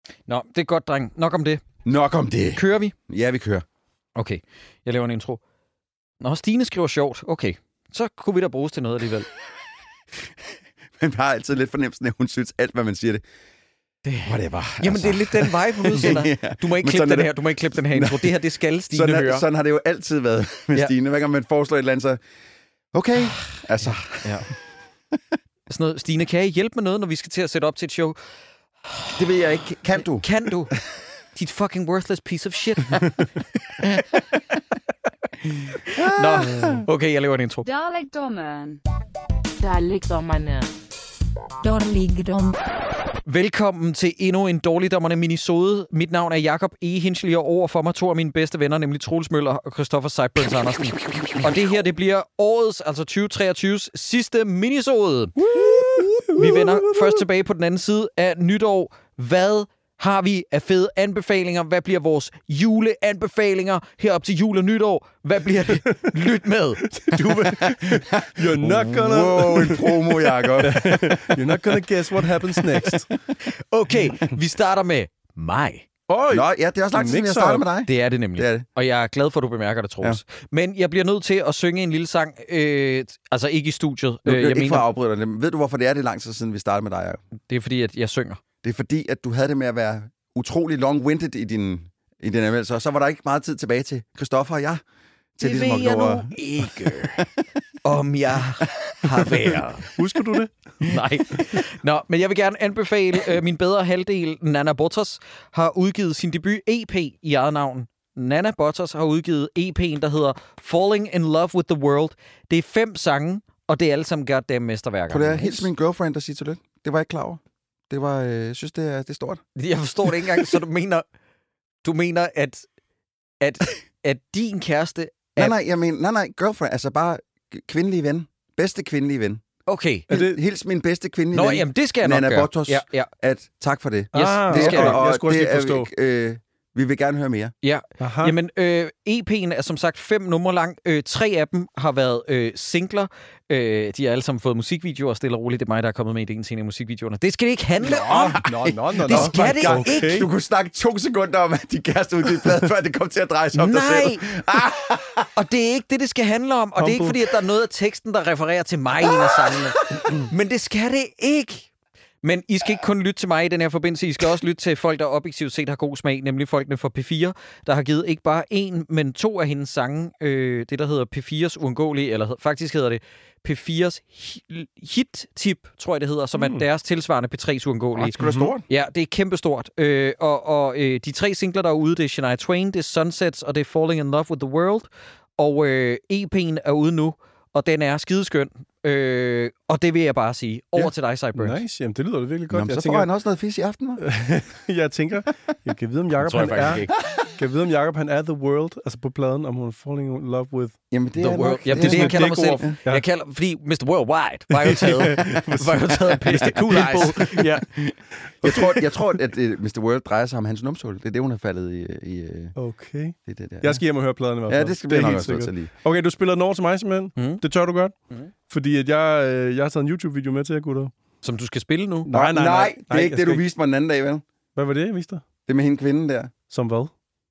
Nå, det er godt, dreng. Nok om det. Nok om det. Kører vi? Ja, vi kører. Okay, jeg laver en intro. Når Stine skriver sjovt, okay, så kunne vi da bruges til noget alligevel. Man har altid lidt fornemmelsen, at hun synes alt, hvad man siger det. Whatever. Jamen, det er lidt den vibe, hun udsætter. Ja. Du må ikke klippe den her intro. Det her, det skal Stine høre. Sådan har det jo altid været med Stine. Hver gang man foreslår et eller andet, så... Okay, altså... Ja. Sådan noget, Stine, kan jeg hjælpe med noget, når vi skal til at sætte op til et show? Det ved jeg ikke. Kan du? Kan du? Dit fucking worthless piece of shit. Nå, okay, jeg laver en intro. Dårligdommerne. Velkommen til endnu en Dårligdommerne minisode. Mit navn er Jakob E. Hinchely, og over for mig to af mine bedste venner, nemlig Troels Møller og Christoffer Sideburns Andersen. Og det her, det bliver årets, altså 2023's sidste minisode. Vi vender først tilbage på den anden side af nytår. Hvad har vi af fede anbefalinger? Hvad bliver vores juleanbefalinger herop til jul og nytår? Hvad bliver det? Lyt med. You're not gonna... Wow, en promo, Jacob. You're not gonna guess what happens next. Okay, vi starter med mig. Oj! Nå, ja, det er også lang tid, siden jeg starter med dig. Det er det nemlig. Det er det. Og jeg er glad for, at du bemærker det, Troels. Ja. Men jeg bliver nødt til at synge en lille sang. Altså ikke i studiet. Ikke for at afbryde dig. Ved du, hvorfor det er det lang tid siden, vi startede med dig, Jacob? Det er fordi, at jeg synger. Det er fordi, at du havde det med at være utrolig long-winded i din anmeldelse, og så var der ikke meget tid tilbage til Christoffer og jeg. Til Det ved jeg nu ikke, om jeg har været. Husker du det? Nej. Nå, men jeg vil gerne anbefale min bedre halvdel, Nana Bottas, har udgivet sin debut EP i eget navn. Nana Bottas har udgivet EP'en, der hedder Falling in Love with the World. Det er 5 sange, og det er alle sammen goddamn mesterværker. Kunne det hilse min girlfriend og sige tillykke? Det var jeg ikke klar over. Det var, jeg synes, det er stort. Jeg forstår det ikke engang, så du mener at din kæreste er... Nej, girlfriend, altså bare kvindelige ven. Bedste kvindelige ven. Okay. Hils min bedste kvindelige ven. Jamen det skal jeg nok Nana gøre. Bottas, Ja. At tak for det. Yes, det skal jeg nok. Jeg skulle også lige forstå. Vi vil gerne høre mere. Ja, Aha. jamen EP'en er som sagt 5 numre lang. 3 af dem har været singler. De har alle sammen fået musikvideoer, stille og roligt. Det er mig, der er kommet med i den scene af musikvideoerne. Det skal det ikke handle om! Nå. Det skal det ikke! Du kunne snakke 2 sekunder om, at de kæreste udgivet plade, før det kom til at dreje sig om dig selv. Og det er ikke det skal handle om. Og det er ikke fordi, at der er noget af teksten, der refererer til mig i en af sangene. Men det skal det ikke! Men I skal ikke kun lytte til mig i den her forbindelse, I skal også lytte til folk, der objektivt set har god smag, nemlig folkene fra P4, der har givet ikke bare 1, men 2 af hendes sange, det der hedder P4's Uundgåelige, eller faktisk hedder det P4's hit-tip, tror jeg det hedder, som er deres tilsvarende P3's Uundgåelige. Det skulle da stort. Ja, det er kæmpestort. Og de 3 singler, der er ude, det er Shania Twain, det er Sunsets, og det er Falling in Love with the World. Og EP'en er ude nu, og den er skideskøn. Og det vil jeg bare sige. Over til dig, Sideburns. Nice, jamen det lyder virkelig godt. Jamen, så får han også noget fisk i aften, hva'? Jeg tænker, jeg kan vide, om Jacob han er the world, altså på pladen, om hun er falling in love with Jamen, det the er world. nok, Jamen, det er det, jeg kalder mig selv. Ja. Jeg kalder, fordi Mr. Worldwide var jo taget Mr. Cool Eyes. Ja. Jeg tror, at Mr. World drejer sig om hans numshul. Det er det, hun er faldet i Okay. det der. Jeg skal hjem og høre pladen i hvert fald. Ja, det skal vi nok helt også sikkert. til lige. Okay, du spiller den over til mig simpelthen. Det tør du godt. Fordi at jeg har taget en YouTube-video med til jer, gutter. Som du skal spille nu? Nej, det er ikke det, du viste mig den anden dag, vel? Hvad var det, jeg viste dig? Det med hende kvinden der, Som hvad?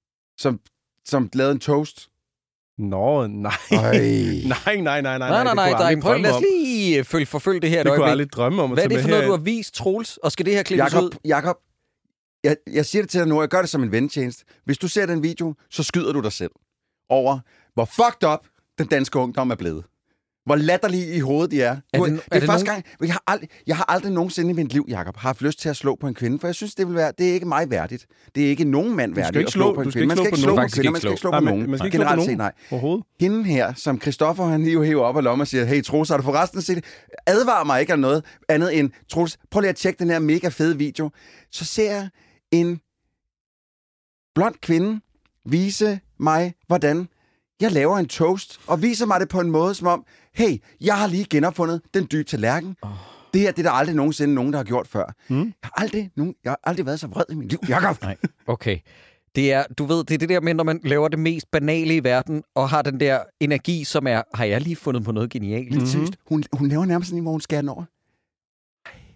som lavede en toast. Nå, nej. Øj. Nej, dreng. Prøv, lad os lige forfølge det her. Det kunne jeg aldrig drømme om. Hvad er det for noget, du har vist, Troels? Og skal det her klippes ud? Jakob, jeg siger det til dig nu, jeg gør det som en ventjeneste. Hvis du ser den video, så skyder du dig selv over, hvor fucked up den danske ungdom er blevet. Hvor latterlige i hovedet de er. Det er første gang, jeg har aldrig nogensinde i mit liv, Jakob, haft lyst til at slå på en kvinde, for jeg synes, det er ikke mig værdigt. Det er ikke nogen mand værdigt at slå på en kvinde. Man skal ikke slå på kvinder, man skal ikke slå på nogen. Generelt set, nej. Hende her, som Christoffer, han lige hæver op af lommen og siger, hey Troels, har du forresten set det? Advar mig ikke af noget andet end, Troels, prøv lige at tjekke den her mega fede video. Så ser jeg en blond kvinde vise mig, hvordan jeg laver en toast, og viser mig det på en måde, som om, hey, jeg har lige genopfundet den dybe tallerken. Det her, det er der aldrig nogensinde nogen, der har gjort før. Jeg har aldrig været så vred i mit liv, Jakob. Nej, okay. Det er, du ved, det er det der med, når man laver det mest banale i verden, og har den der energi, som er, har jeg lige fundet på noget genialt? Seriøst, hun laver nærmest sådan en, hvor hun skærer den over.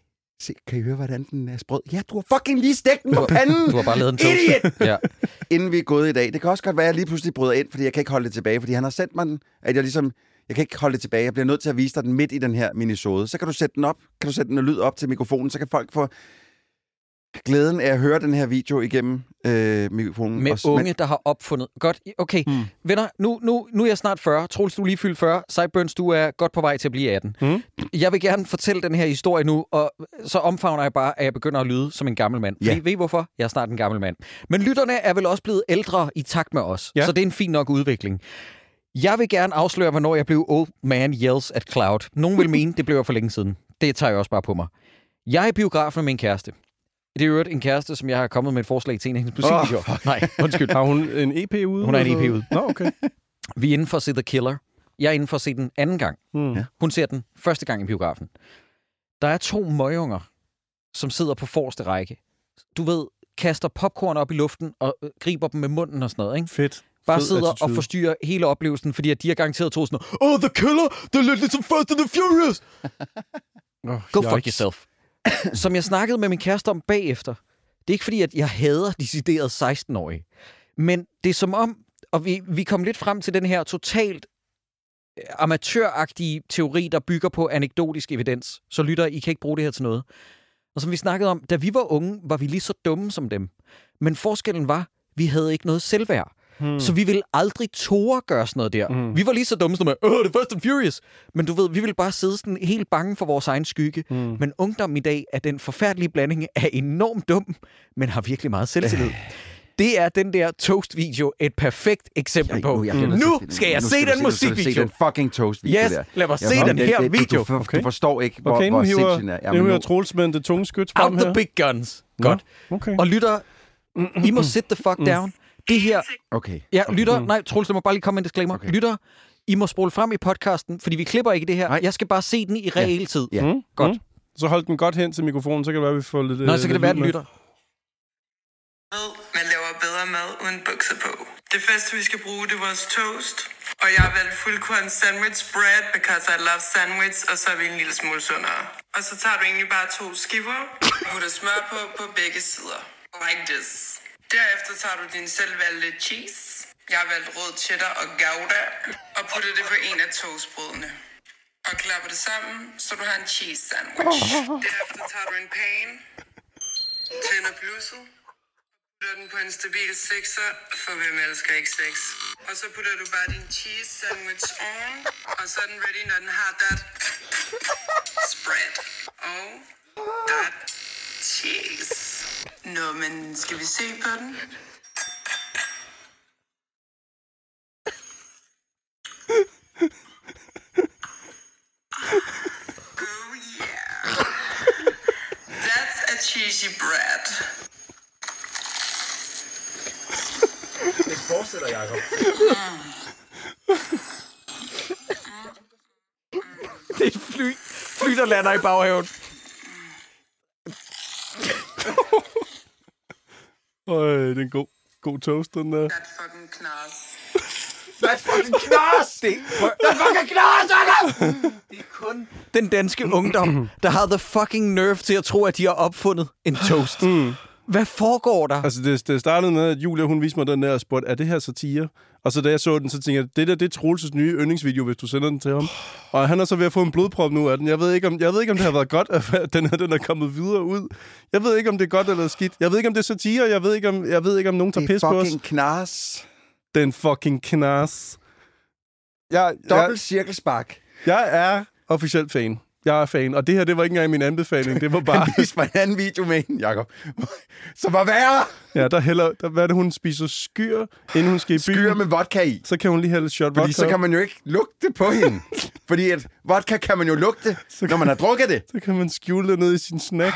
Se, kan I høre, hvordan den er sprød? Ja, du har fucking lige stegt den på panden! Du har bare lavet en toast. Idiot! Ja. Inden vi er gået i dag. Det kan også godt være, at jeg lige pludselig bryder ind, fordi jeg kan ikke holde det tilbage. Fordi han har sendt mig den, at jeg ligesom... Jeg kan ikke holde det tilbage. Jeg bliver nødt til at vise dig den midt i den her minisode. Så kan du sætte den op. Kan du sætte den lyd op til mikrofonen, så kan folk få glæden af at høre den her video igennem mikrofonen. Med også, unge, der har opfundet... Godt, okay. Venner, nu er jeg snart 40. Troels, du er lige fyldt 40. Sideburns, du er godt på vej til at blive 18. Jeg vil gerne fortælle den her historie nu, og så omfavner jeg bare, at jeg begynder at lyde som en gammel mand. Fordi ved I hvorfor? Jeg er snart en gammel mand. Men lytterne er vel også blevet ældre i takt med os. Ja. Så det er en fin nok udvikling. Jeg vil gerne afsløre, hvornår jeg blev old man yells at cloud. Nogen vil mene, det blev jeg for længe siden. Det tager jeg også bare på mig. Jeg er i biografen med min kæreste. Det er jo en kæreste, som jeg har kommet med et forslag til en af hendes musikvideoer. Nej, undskyld. Har hun en EP ude? Hun har en EP ude. Nå, okay. Vi er inde for at se The Killer. Jeg er inde for at se den anden gang. Hun ser den første gang i biografen. Der er 2 møgunger, som sidder på forreste række. Du ved, kaster popcorn op i luften og griber dem med munden og sådan noget, ikke? Fedt. Bare sidder attitude. Og forstyrrer hele oplevelsen, fordi at de har garanteret troet sådan noget, The Killer, det er lidt ligesom Fast and the Furious. Go fuck yourself. Som jeg snakkede med min kæreste om bagefter, det er ikke fordi, at jeg hader decideret 16-årige, men det er som om, og vi kom lidt frem til den her totalt amatøragtige teori, der bygger på anekdotisk evidens. Så lytter, I kan ikke bruge det her til noget. Og som vi snakkede om, da vi var unge, var vi lige så dumme som dem. Men forskellen var, vi havde ikke noget selvværd. Så vi ville aldrig tåre gøre sådan noget der. Vi var lige så dumme som det er Fast and Furious. Men du ved, vi ville bare sidde sådan helt bange for vores egen skygge. Men ungdom i dag er den forfærdelige blanding af enormt dum, men har virkelig meget selvtillid. Det er den der Toast-video et perfekt eksempel på. Nu skal jeg se den musikvideo. Se den fucking Toast-video der. Lad mig se den her video. Du forstår ikke, hvor sindssygt den er. Nu hører Troels med det tunge skyt frem her. Out the big guns. Godt. Okay. Og lytter, I må sit the fuck down. Det her... Okay. Ja, lytter... Nej, Troels, der må bare lige komme med en disclaimer. Okay. Lytter, I må spole frem i podcasten, fordi vi klipper ikke det her. Nej. Jeg skal bare se den i reel tid. Ja. Godt. Så hold den godt hen til mikrofonen, så kan det være, at vi får lidt... Nå, så kan det være, at den lytter. Man laver bedre mad uden bukser på. Det første, vi skal bruge, det er vores toast. Og jeg har valgt fuldkorn sandwich bread, because I love sandwich, og så er vi en lille smule sundere. Og så tager du egentlig bare 2 skiver, og putter smør på begge sider. Like this. Derefter tager du din selvvalgte cheese. Jeg har valgt rød cheddar og gouda, og putter det på en af toastbrødene. Og klapper det sammen, så du har en cheese sandwich. Derefter tager du en pan, tænder blusset, putter den på en stabil 6'er, for hvem elsker ikke 6. Og så putter du bare din cheese sandwich on, og så er den ready, når den har that spread. Og that cheese. Nå, men skal vi se på den? Oh yeah. That's a cheesy bread. Det fortsætter, Jacob. Det er et fly, der lander i baghaven. Det er en god toast, den der. That fucking knas. That's fucking knas! Det er fucking knas, Jacob! Det er kun den danske ungdom, der har the fucking nerve til at tro, at de har opfundet en toast. Hvad foregår der? Altså, det startede med, at Julia, hun viste mig den der og spurgte, er det her satire? Og så da jeg så den, så tænkte jeg, det er Troels' nye yndlingsvideo, hvis du sender den til ham. Og han er så ved at få en blodprop nu af den. Jeg ved ikke, om det har været godt, at den er kommet videre ud. Jeg ved ikke, om det er godt eller skidt. Jeg ved ikke, om det er satire. Jeg ved ikke, om nogen tager pis på os. Det er fucking knas. Den fucking knas. Dobbelt cirkelspark. Jeg er officielt fan. Jeg er fan, og det her, det var ikke engang min anbefaling. Det var bare... Han viste mig en anden video med hende, Jacob. Som var værre! Ja, hvad er det, hun spiser? Skyr, inden hun skal i byen? Skyr med vodka i. Så kan hun lige hælde et shot vodka. Fordi så kan man jo ikke lugte på hende. Fordi at vodka kan man jo lugte, når man har drukket det. Så kan man skjule det ned i sin snack.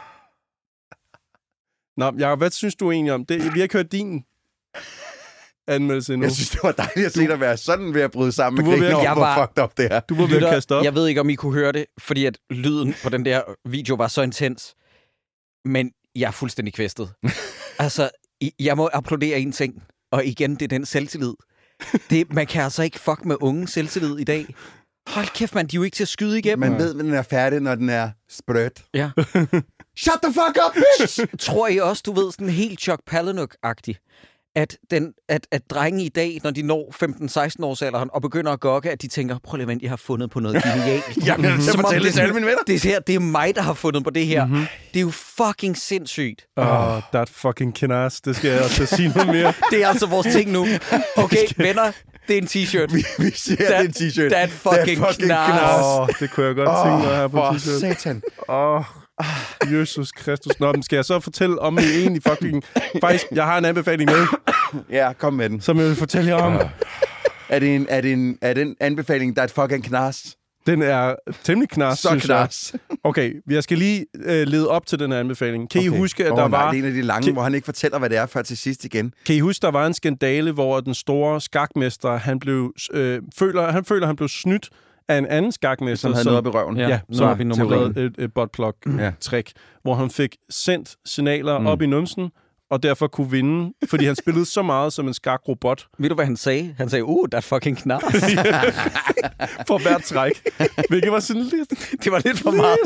Nå, Jacob, hvad synes du egentlig om det? Vi har ikke hørt din anmeldelse endnu. Jeg synes, det var dejligt at se dig være sådan ved at bryde sammen med grinen over, hvor fucked up det er. Du var ved at kaste op. Jeg ved ikke, om I kunne høre det, fordi at lyden på den der video var så intens. Men jeg er fuldstændig kvæstet. Altså, jeg må applaudere en ting. Og igen, det er den selvtillid. Man kan altså ikke fuck med unge selvtillid i dag. Hold kæft, mand, de er jo ikke til at skyde igennem. Man ved, at den er færdig, når den er sprødt. Ja. Shut the fuck up, bitch! Tror I også, du ved, sådan helt Chuck Palahniuk-agtig, at drenge i dag, når de når 15-16 års alderen og begynder at gokke, at de tænker, prøv lige at vente, jeg har fundet på noget genialt. Jamen, jeg Som om fortælle det til alle mine venner. det er mig, der har fundet på det her. Det er jo fucking sindssygt. That fucking knas. Det skal jeg også sige noget mere. Det er altså vores ting nu. Okay, venner, det er en t-shirt. Vi siger, det er en t-shirt. That fucking knas. Det kunne jeg godt tænke mig her på for t-shirt. satan. Jesus Kristus. Nå, men skal jeg så fortælle om I egentlig fucking... Faktisk, jeg har en anbefaling med, Ja, kom med den. som jeg vil fortælle jer om. Er den anbefaling, der er et fucking knas? Den er temmelig knas, Så synes jeg. knas. Okay, jeg skal lige lede op til den her anbefaling. Kan I huske, at der var... Det er en af de lange, hvor han ikke fortæller, hvad det er, før til sidst igen. Kan I huske, der var en skandale, hvor den store skakmester, han føler, han blev snydt af en anden skakmester, Som havde noget op i røven. Ja. som op i nummer lavede et buttplug-trick, hvor han fik sendt signaler op i numsen, og derfor kunne vinde, fordi han spillede så meget som en skakrobot. Ved du, hvad han sagde? Han sagde, that fucking knas. For hvert træk. Hvilket var sådan lidt... Det var lidt for meget.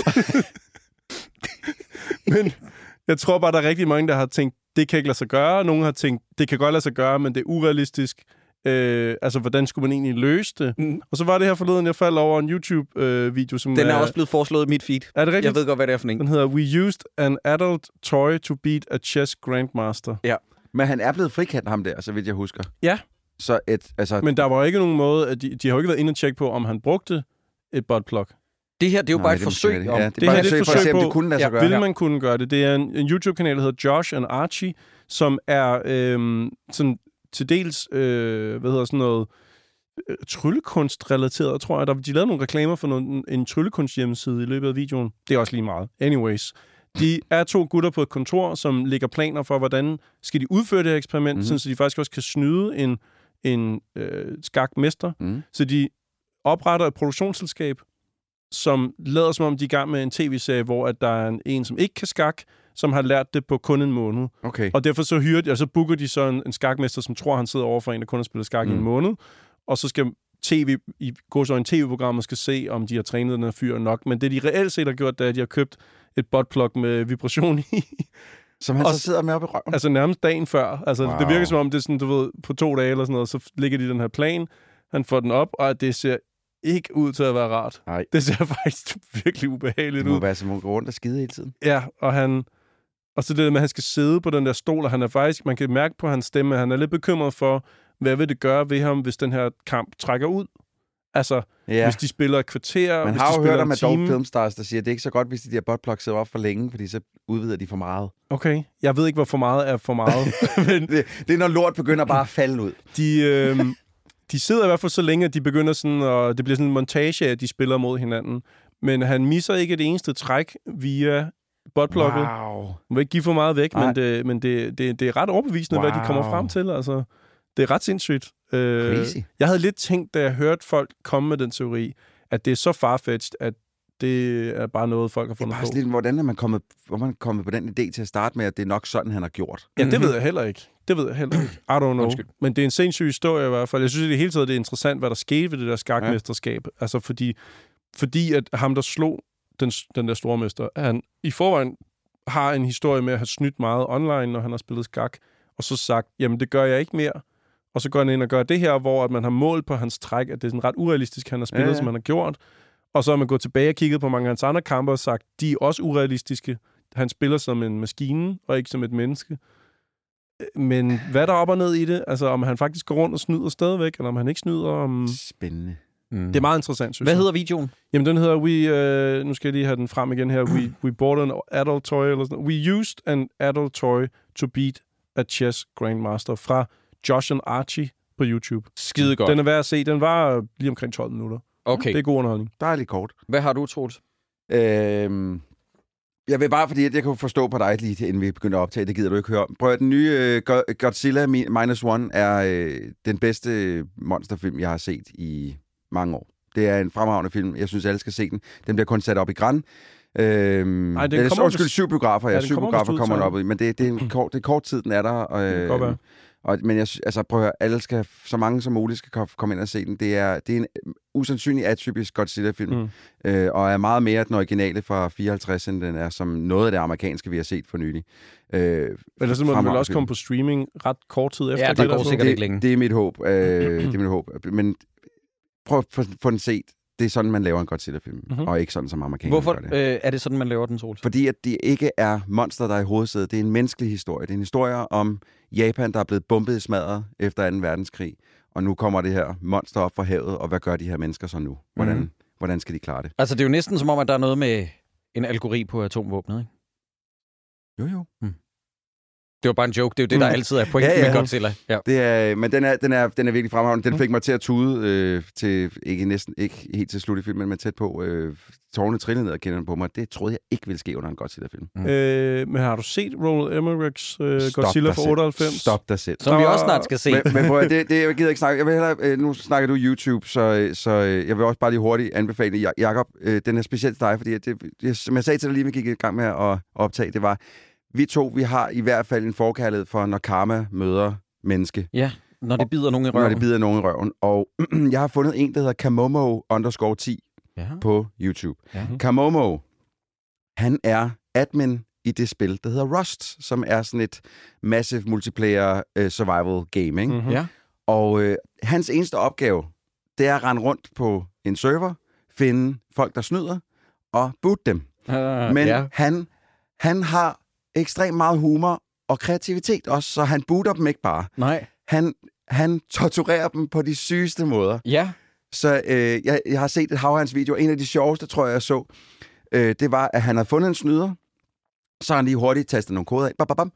Men jeg tror bare, der er rigtig mange, der har tænkt, det kan ikke lade sig gøre. Nogle har tænkt, det kan godt lade sig gøre, men det er urealistisk. Altså, hvordan skulle man egentlig løse det? Og så var det her forleden, jeg faldt over en YouTube-video, som Den er også blevet foreslået i mit feed. Er det rigtigt? Jeg ved godt, hvad det er for en. Den hedder We Used an Adult Toy to Beat a Chess Grandmaster. Ja. Men han er blevet frikendt, ham der, så vidt jeg husker. Ja. Så Men der var jo ikke nogen måde, at de har jo ikke været inde og tjekke på, om han brugte et buttplug. Det her, det er jo bare et forsøg. Ja, det er bare et forsøg for at se, om det kunne lade sig gøre. Vil man kunne gøre det? Det er en YouTube-kanal, der hedder Josh and Archie, som er sådan til dels, sådan noget tryllekunst-relateret, tror jeg. De lavede nogle reklamer for en tryllekunst-hjemmeside i løbet af videoen. Det er også lige meget. Anyways. De er 2 gutter på et kontor, som lægger planer for, hvordan skal de udføre det her eksperiment, så de faktisk også kan snyde en skakmester. Så de opretter et produktionsselskab, som lader som om, de er i gang med en tv-serie, hvor at der er en, som ikke kan skak, som har lært det på kun en måned. Okay. Og derfor så booker de så en skakmester, som tror, han sidder over for en, der kun har spillet skak i en måned. Og så skal tv-programmet skal se, om de har trænet den her fyr nok. Men det, de reelt set har gjort, det er, at de har købt et buttplug med vibration i. Som han så sidder med op i røven? Altså nærmest dagen før. Altså, Det virker som om, det er sådan, du ved, på 2 dage eller sådan noget, så ligger de den her plan. Han får den op, og det ser ikke ud til at være rart. Nej. Det ser faktisk virkelig ubehageligt ud. Det må være, som at gå rundt og skide hele tiden. Ja, og så det der med, at han skal sidde på den der stol, og han er faktisk, man kan mærke på hans stemme, at han er lidt bekymret for, hvad vil det gøre ved ham, hvis den her kamp trækker ud? Altså, hvis de spiller et kvarter, man hvis har de jo spiller hørt om en time. Adult Filmstars, der siger, at det er ikke så godt, hvis de der buttplugs sidder op for længe, fordi så udvider de for meget. Okay, jeg ved ikke, hvor for meget er for meget. Men det er, når lort begynder bare at falde ud. De sidder i hvert fald så længe, at de begynder sådan, og det bliver sådan en montage af, at de spiller mod hinanden. Men han misser ikke et eneste træk via buttplugget. Wow. Man vil ikke give for meget væk, men det er ret overbevisende, hvad de kommer frem til. Altså, det er ret sindssygt. Jeg havde lidt tænkt, da jeg hørte folk komme med den teori, at det er så farfetched, at det er bare noget, folk har fundet på. Lidt, hvordan er man kommet på den idé til at starte med, at det er nok sådan, han har gjort? Ja, det ved jeg heller ikke. I don't know. Undskyld. Men det er en sindssyg historie i hvert fald. Jeg synes, at det hele taget det er interessant, hvad der skete ved det der skakmesterskab. Ja. Altså fordi at ham, der slog den der store mester, han i forvejen har en historie med at have snydt meget online, når han har spillet skak, og så sagt, jamen det gør jeg ikke mere. Og så går han ind og gør det her, hvor at man har målt på hans træk, at det er sådan ret urealistisk, han har spillet, som han har gjort. Og så har man gået tilbage og kigget på mange af hans andre kampe og sagt, de er også urealistiske. Han spiller som en maskine, og ikke som et menneske. Men hvad er der op og ned i det? Altså, om han faktisk går rundt og snyder stadigvæk, eller om han ikke snyder? Spændende. Det er meget interessant, synes jeg. Hvad hedder videoen? Jamen, den hedder, nu skal jeg lige have den frem igen her, we bought an adult toy, eller sådan. We used an adult toy to beat a chess grandmaster fra Josh and Archie på YouTube. Skide godt. Den er værd at se. Den var lige omkring 12 minutter. Okay. Det er god underholdning. Dejligt kort. Hvad har du, Troels? Jeg vil bare, fordi jeg kan forstå på dig lige inden vi begynder at optage, det gider du ikke høre om. Prøv at den nye Godzilla Minus One er den bedste monsterfilm, jeg har set i mange år. Det er en fremragende film. Jeg synes, alle skal se den. Den bliver kun sat op i Gran. Nej, det er 7 biografer. Ja, 7 biografer kommer den op i. Men det er kort tid, den er der. Men prøv at høre, alle skal, så mange som muligt skal komme ind og se den. Det er en usandsynlig atypisk Godzilla-film, og er meget mere den originale fra 54, end den er som noget af det amerikanske, vi har set for nylig. Eller så må den vel også komme på streaming ret kort tid efter. Ja, det går sikkert ikke længe. Det er mit håb. Det er mit håb. Men prøv at få den set. Det er sådan, man laver en Godzilla-film, og ikke sådan, som amerikanerne gør det. Hvorfor er det sådan, man laver den, Troels? Fordi at det ikke er monster, der er i hovedsædet. Det er en menneskelig historie. Det er en historie om Japan, der er blevet bombet i smadret efter 2. verdenskrig. Og nu kommer det her monster op fra havet, og hvad gør de her mennesker så nu? Hvordan skal de klare det? Altså, det er jo næsten som om, at der er noget med en algori på atomvåbnet, ikke? Jo. Det var bare en joke. Det er jo det, der altid er pointen med Godzilla. Ja. Det er, men den er virkelig fremragende. Den fik mig til at tude til, ikke helt til slut i filmen, men tæt på. Tårne trillede ned og kendte på mig. Det troede jeg ikke ville ske under en Godzilla-film. Men har du set Roland Emmerichs Godzilla fra 98? Stop dig selv. Som vi også snart skal se. Men prøv, det jeg gider ikke snakke. Jeg vil hellere, nu snakker du YouTube, så jeg vil også bare lige hurtigt anbefale. Jakob, den er specielt til dig, fordi det, som jeg sagde til dig lige, vi gik i gang med at optage, det var, vi har i hvert fald en forkærlighed for, når karma møder menneske. Ja, når det bider nogen i røven. Når det bider nogen i røven. Og jeg har fundet en, der hedder Kamomo_10 på YouTube. Ja. Kamomo, han er admin i det spil, der hedder Rust, som er sådan et massive multiplayer survival game. Ikke? Ja. Og hans eneste opgave, det er at rende rundt på en server, finde folk, der snyder, og boot dem. Men han har ekstremt meget humor og kreativitet også, så han booter dem ikke bare. Nej. Han torturerer dem på de sygeste måder. Ja. Så jeg har set et hav af hans videoer. En af de sjoveste, tror jeg så, det var, at han havde fundet en snyder, så han lige hurtigt tastet nogle koder ind.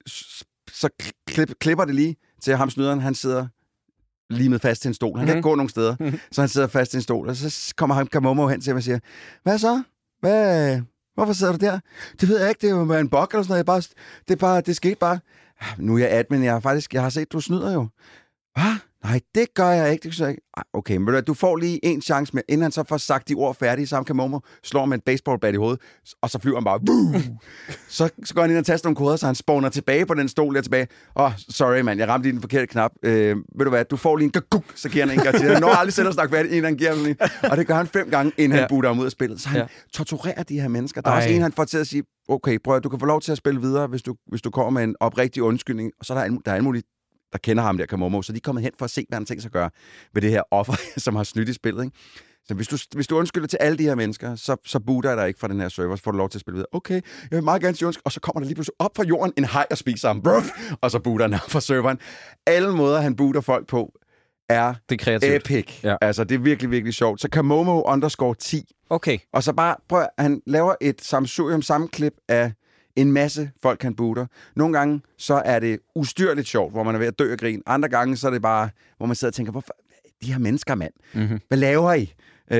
Så klipper det lige til ham snyderen. Han sidder limet fast til en stol. Han kan ikke gå nogen steder, så han sidder fast til en stol. Og så kommer han Kamomo hen til ham og siger, hvad så? Hvorfor sidder du der? Det ved jeg ikke, det er jo en bug eller sådan noget. Det skete bare. Nu er jeg admin, jeg har set, du snyder jo. Hvad? Nej, det gør jeg ikke. Det gør jeg ikke. Okay, men du får lige en chance med, inden han så får sagt de ord færdige, så Kamomo slår med en baseballbat i hovedet, og så flyver han bare. Så går han ind og taster nogle koder, så han spawner tilbage på den stol der tilbage. Sorry mand, jeg ramte lige den forkerte knap. Ved du hvad, du får lige en gaguk, så giver han en gang til. Han når aldrig selv at snakke færdigt, inden han giver ham lige. Og det gør han 5 gange, inden han booter ham ud af spillet. Så han torturerer de her mennesker. Der er også en, han får til at sige, okay, prøv du kan få lov til at spille videre, hvis du kommer med en oprigtig undskyldning. Og så er der er alt muligt, der kender ham der, Kamomo, så de er kommet hen for at se, hvad han tænker sig at gøre ved det her offer, som har snydt i spillet. Ikke? Så hvis du undskylder til alle de her mennesker, så booter jeg dig ikke fra den her server, så får du lov til at spille videre. Okay, jeg vil meget gerne sige undskyld, og så kommer der lige pludselig op fra jorden en haj og spiser ham, og så booter han fra serveren. Alle måder, han booter folk på, er epic. Ja. Altså, det er virkelig, virkelig sjovt. Så Kamomo_10. Okay. Og så bare, prøv, han laver et sammenklip af en masse folk, han booter. Nogle gange, så er det ustyrligt sjovt, hvor man er ved at dø af grin. Andre gange, så er det bare, hvor man sidder og tænker, hvorfor de her mennesker, mand? Hvad laver I?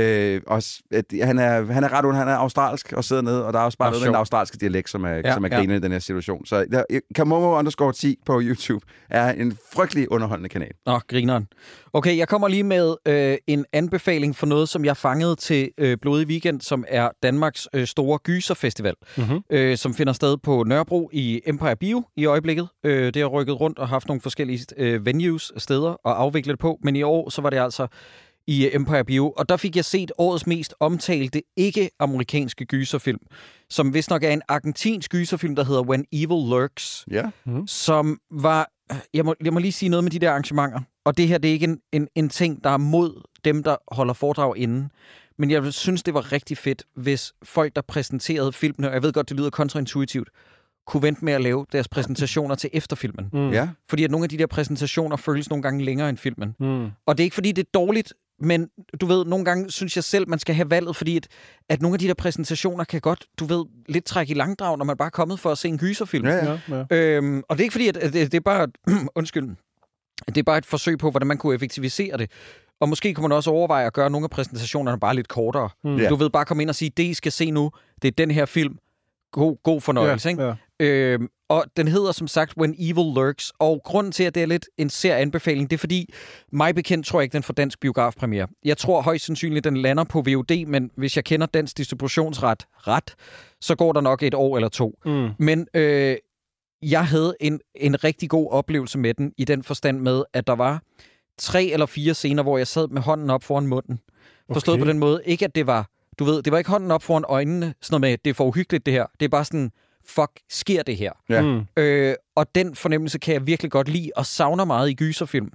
Han er ret ond, han er australsk og sidder ned, og der er også bare noget med den australske dialekt, som er grinende i den her situation. Så Kamomo_10 på YouTube er en frygtelig underholdende kanal. Grineren. Okay, jeg kommer lige med en anbefaling for noget, som jeg fangede til Blodig Weekend, som er Danmarks store gyserfestival, som finder sted på Nørrebro i Empire Bio i øjeblikket. Det har rykket rundt og haft nogle forskellige venues, steder at afvikle det på, men i år så var det altså i Empire Bio, og der fik jeg set årets mest omtalte ikke-amerikanske gyserfilm, som vist nok er en argentinsk gyserfilm, der hedder When Evil Lurks, som var... Jeg må lige sige noget med de der arrangementer, og det her, det er ikke en ting, der er mod dem, der holder foredrag inden, men jeg synes, det var rigtig fedt, hvis folk, der præsenterede filmene, og jeg ved godt, det lyder kontraintuitivt, kunne vente med at lave deres præsentationer til efterfilmen. Ja. Fordi at nogle af de der præsentationer føles nogle gange længere end filmen. Og det er ikke, fordi det er dårligt, men du ved, nogle gange synes jeg selv, man skal have valget, fordi at nogle af de der præsentationer kan godt, du ved, lidt trække i langdrag, når man bare er kommet for at se en gyserfilm. Ja. Og det er ikke fordi, at det er bare... undskyld. Det er bare et forsøg på, hvordan man kunne effektivisere det. Og måske kunne man også overveje at gøre nogle af præsentationerne bare lidt kortere. Du ved, bare komme ind og sige, det I skal se nu, det er den her film. God fornøjelse, ikke? Ja. Og den hedder som sagt When Evil Lurks, og grunden til, at det er lidt en anbefaling, det er fordi, mig bekendt tror jeg ikke, den får dansk biografpremiere. Jeg tror højst sandsynligt, den lander på VOD, men hvis jeg kender dansk distributionsret, så går der nok 1 år eller 2. Men jeg havde en rigtig god oplevelse med den, i den forstand med, at der var 3 eller 4 scener, hvor jeg sad med hånden op foran munden. Forstået på den måde. Ikke at det var, du ved, det var ikke hånden op foran øjnene, sådan noget med, det er for uhyggeligt det her. Det er bare sådan, fuck, sker det her? Ja. Og den fornemmelse kan jeg virkelig godt lide, og savner meget i gyserfilm.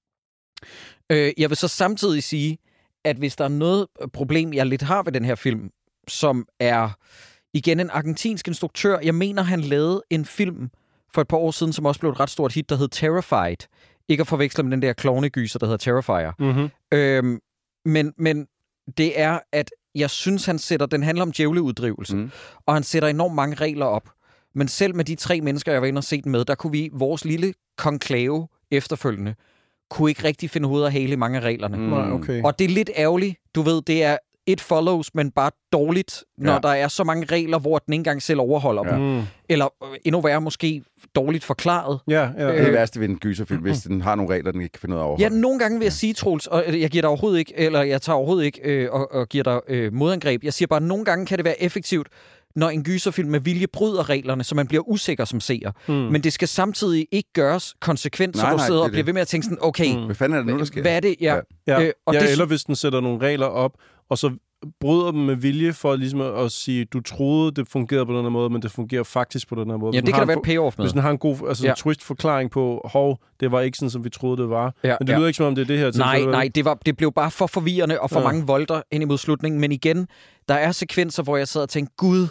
Jeg vil så samtidig sige, at hvis der er noget problem, jeg lidt har ved den her film, som er igen en argentinsk instruktør. Jeg mener, han lavede en film for et par år siden, som også blev et ret stort hit, der hed Terrified. Ikke at forveksle med den der klovnegyser, der hedder Terrifier. Mm-hmm. Men det er, at jeg synes, den handler om djævleuddrivelse. Og han sætter enormt mange regler op. Men selv med de 3 mennesker, jeg var inde og se den med, der kunne vi, vores lille konklave efterfølgende, kunne ikke rigtig finde hoved og hale i mange af reglerne. Okay. Og det er lidt ærgerligt. Du ved, det er it follows, men bare dårligt, når der er så mange regler, hvor den ikke engang selv overholder dem. Eller endnu værre, måske dårligt forklaret. Det er det værste ved en gyserfilm, hvis den har nogle regler, den ikke kan finde ud af at overholde. Ja, nogle gange vil jeg sige, Troels, og jeg giver dig overhovedet ikke, eller jeg tager overhovedet ikke og giver dig modangreb. Jeg siger bare, at nogle gange kan det være effektivt, når en gyserfilm med vilje bryder reglerne, så man bliver usikker som seer. Men det skal samtidig ikke gøres konsekvent, så du sidder og bliver ved med at tænke sådan, okay, hvad fanden er det nu, der sker? Hvad er det? Eller hvis den sætter nogle regler op, og så bryder dem med vilje for ligesom at sige, du troede, det fungerede på den her måde, men det fungerer faktisk på den her måde. Ja, det kan der være et payoff med. Hvis den har en god twist-forklaring på, det var ikke sådan, som vi troede, det var. Men det lyder ikke, som om det er det her tilfælde. Nej, det blev bare for forvirrende og for mange volter ind imod slutningen. Men igen, der er sekvenser, hvor jeg sad og tænkte, gud,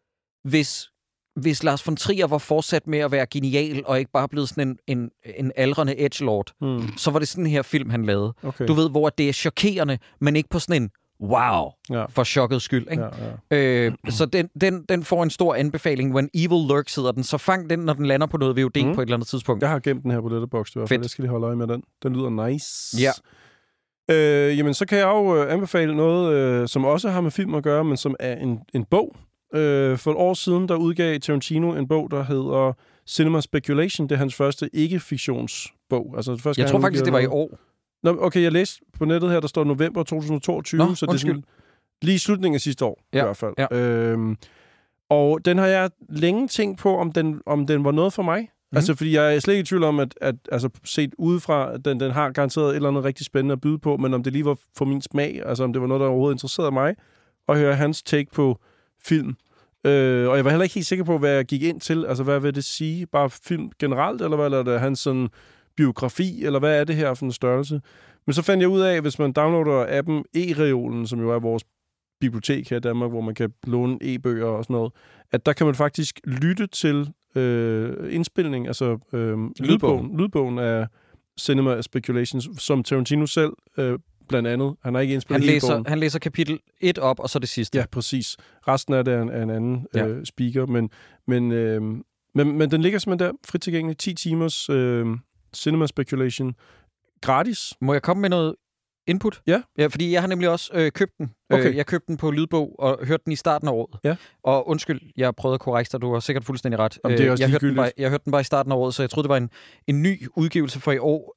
hvis Lars von Trier var fortsat med at være genial, og ikke bare blevet sådan en aldrende edgelord, så var det sådan her film, han lavede. Okay. Du ved, hvor det er chokerende, men ikke på sådan en wow, for chokkets skyld. Ikke? Så den får en stor anbefaling. When Evil Lurks hedder den. Så fang den, når den lander på noget VOD på et eller andet tidspunkt. Jeg har gemt den her på Letterboxd i hvert fald. Jeg skal lige holde øje med den. Den lyder nice. Ja. Jamen, så kan jeg jo anbefale noget, som også har med film at gøre, men som er en bog. For et år siden, der udgav Tarantino en bog, der hedder Cinema Speculation. Det er hans første ikke-fiktionsbog. Altså, første jeg tror faktisk, det var i år. Nå, okay, jeg læste på nettet her, der står november 2022, så det er sådan, lige i slutningen af sidste år, i hvert fald. Ja. Og den har jeg længe tænkt på, om den var noget for mig. Altså, fordi jeg er slet ikke i tvivl om, at altså, set udefra, den har garanteret et eller andet rigtig spændende at byde på, men om det lige var for min smag, altså om det var noget, der overhovedet interesserede mig, at høre hans take på film. Og jeg var heller ikke helt sikker på, hvad jeg gik ind til. Altså, hvad vil det sige? Bare film generelt, eller hvad er det hans sådan biografi, eller hvad er det her for en størrelse? Men så fandt jeg ud af, hvis man downloader appen E-reolen, som jo er vores bibliotek her i Danmark, hvor man kan låne e-bøger og sådan noget, at der kan man faktisk lytte til indspilning, altså lydbogen af Cinema Speculations, som Tarantino selv blandt andet. Han har ikke indspillet han læser kapitel 1 op, og så det sidste. Ja, præcis. Resten af det er en anden speaker, men den ligger simpelthen der frit tilgængelig. 10 timers Cinema Speculation. Gratis. Må jeg komme med noget input? Ja. Ja, fordi jeg har nemlig også købt den. Okay. Jeg købte den på lydbog og hørte den i starten af året. Ja. Og undskyld, jeg prøvede at korrekte dig, du har sikkert fuldstændig ret. Jamen, det er også jeg hørte den bare i starten af året, så jeg troede, det var en ny udgivelse for i år.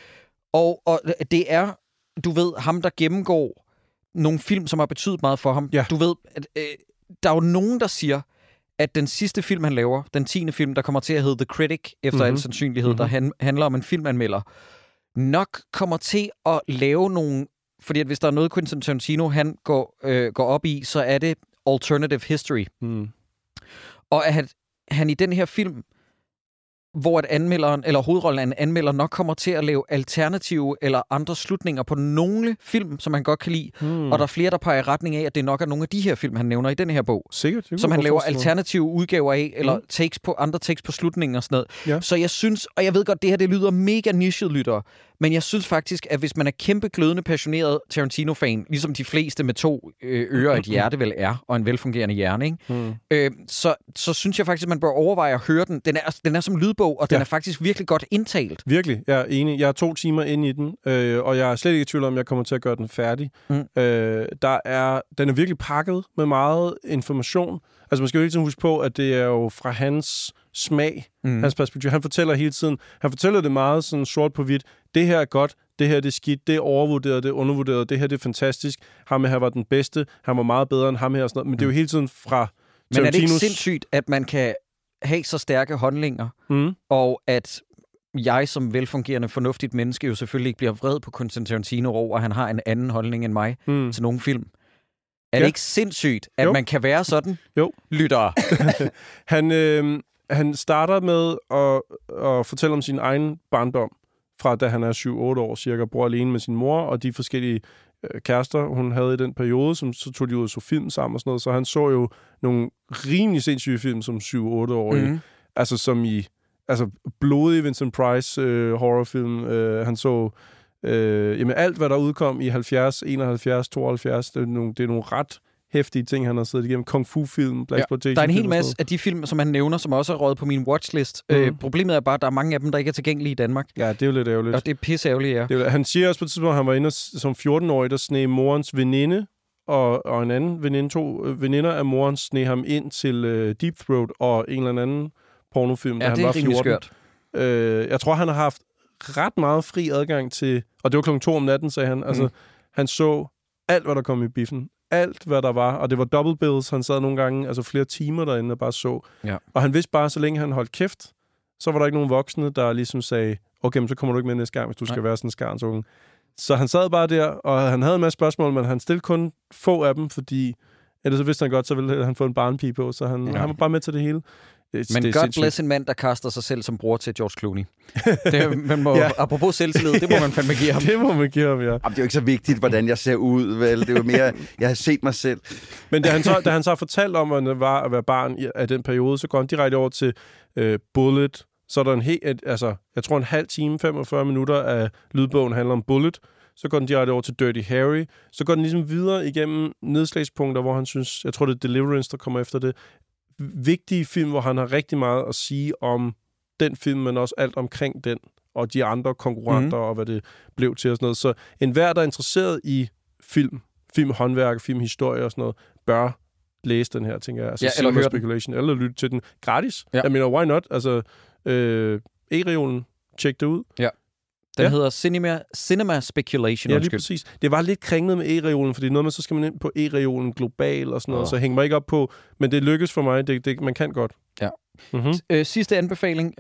Og det er, du ved, ham, der gennemgår nogle film, som har betydet meget for ham. Ja. Du ved, at, der er jo nogen, der siger, at den sidste film, han laver, den 10. film, der kommer til at hedde The Critic, efter al sandsynlighed, der handler om en filmanmelder, nok kommer til at lave nogle... Fordi at hvis der er noget, Quentin Tarantino han går op i, så er det alternative history. Og at han i den her film, hvor at anmelderen, eller hovedrollen af en anmelder, nok kommer til at lave alternative eller andre slutninger på nogle film, som han godt kan lide. Og der er flere, der peger i retning af, at det nok er nogle af de her film, han nævner i den her bog. Sikkert. Som han laver alternative udgaver af, eller andre takes på slutningen og sådan noget. Ja. Så jeg synes, og jeg ved godt, det her det lyder mega nichet, lyttere, men jeg synes faktisk, at hvis man er kæmpe glødende passioneret Tarantino-fan, ligesom de fleste med 2 ører og et hjerte vel er, og en velfungerende hjerne, ikke? Så synes jeg faktisk, at man bør overveje at høre den. Den er som lydbog, og den er faktisk virkelig godt indtalt. Virkelig, jeg er enig. Jeg er 2 timer inde i den, og jeg er slet ikke i tvivl om, jeg kommer til at gøre den færdig. Den er virkelig pakket med meget information. Altså man skal jo hele tiden huske på, at det er jo fra hans smag, hans perspektiv. Han fortæller det meget sådan sort på hvidt. Det her er godt, det her det er skidt, det er overvurderet, det er undervurderet, det her det er fantastisk. Ham her var den bedste, han var meget bedre end ham her og sådan noget. Men det er jo hele tiden fra Men er det ikke sindssygt, at man kan have så stærke håndlinger, og at jeg som velfungerende, fornuftigt menneske jo selvfølgelig ikke bliver vred på Quentin Tarantino over, at han har en anden holdning end mig til nogle film. Er det ikke sindssygt, at man kan være sådan? Jo. Lyttere. Han starter med at fortælle om sin egen barndom, fra da han er 7-8 år cirka, bor alene med sin mor, og de forskellige kærester, hun havde i den periode, som så tog de ud og så film sammen og sådan noget. Så han så jo nogle rimelig sindssyge film som 7-8-årige. Altså som i blodige Vincent Price horrorfilm. Han så alt, hvad der udkom i 70, 71, 72. Det er nogle ret hæftige ting, han har siddet igennem. Kung Fu-film, Blaxploitation. Der er en hel masse af de film, som han nævner, som også er røget på min watchlist. Problemet er bare, at der er mange af dem, der ikke er tilgængelige i Danmark. Ja, det er jo lidt ærgerligt. Og det er pisseærgerligt, ja. Han siger også på et tidspunkt, at han var inde som 14-årig, der sneg morens veninde og en anden veninde, 2 veninder af moren, sneg ham ind til Deep Throat og en eller anden pornofilm, da han var 14. Skørt. Jeg tror, han har haft ret meget fri adgang til... Og det var 2:00 om natten, sagde han. Altså, han så alt, hvad der kom i biffen. Alt, hvad der var. Og det var double bills. Han sad nogle gange, altså flere timer derinde og bare så. Ja. Og han vidste bare, så længe han holdt kæft, så var der ikke nogen voksne, der ligesom sagde, okay, men så kommer du ikke med næste gang, hvis du skal være sådan en skarnsunge. Så han sad bare der, og han havde en masse spørgsmål, men han stillede kun få af dem, fordi ellers så vidste han godt, så ville han få en barnepige på, så han var bare med til det hele. Men God bless en mand, der kaster sig selv som bror til George Clooney. Man må, apropos selvtillid, det må man fandme give ham. Det må man give ham, ja. Jamen, det er jo ikke så vigtigt, hvordan jeg ser ud, vel? Det er jo mere, jeg har set mig selv. Men da han så har fortalt om, at det var at være barn af den periode, så går han direkte over til Bullet. Så er der jeg tror en halv time, 45 minutter af lydbogen handler om Bullet. Så går den direkte over til Dirty Harry. Så går den ligesom videre igennem nedslagspunkter, hvor han synes, jeg tror det er Deliverance, der kommer efter det, vigtige film, hvor han har rigtig meget at sige om den film, men også alt omkring den, og de andre konkurrenter, og hvad det blev til og sådan noget. Så enhver, der er interesseret i filmhåndværk, filmhistorie og sådan noget, bør læse den her, tænker jeg. Altså, eller høre Speculation, eller lytte til den gratis. Ja. Jeg mener, why not? Altså, e-reolen, tjek det ud. Ja. Den hedder Cinema Speculation. Ja, lige præcis. Det var lidt kringlet med e-reolen, fordi noget med, så skal man ind på e-reolen global og sådan noget, så hænger mig ikke op på, men det lykkes for mig, man kan godt. Ja. Sidste anbefaling,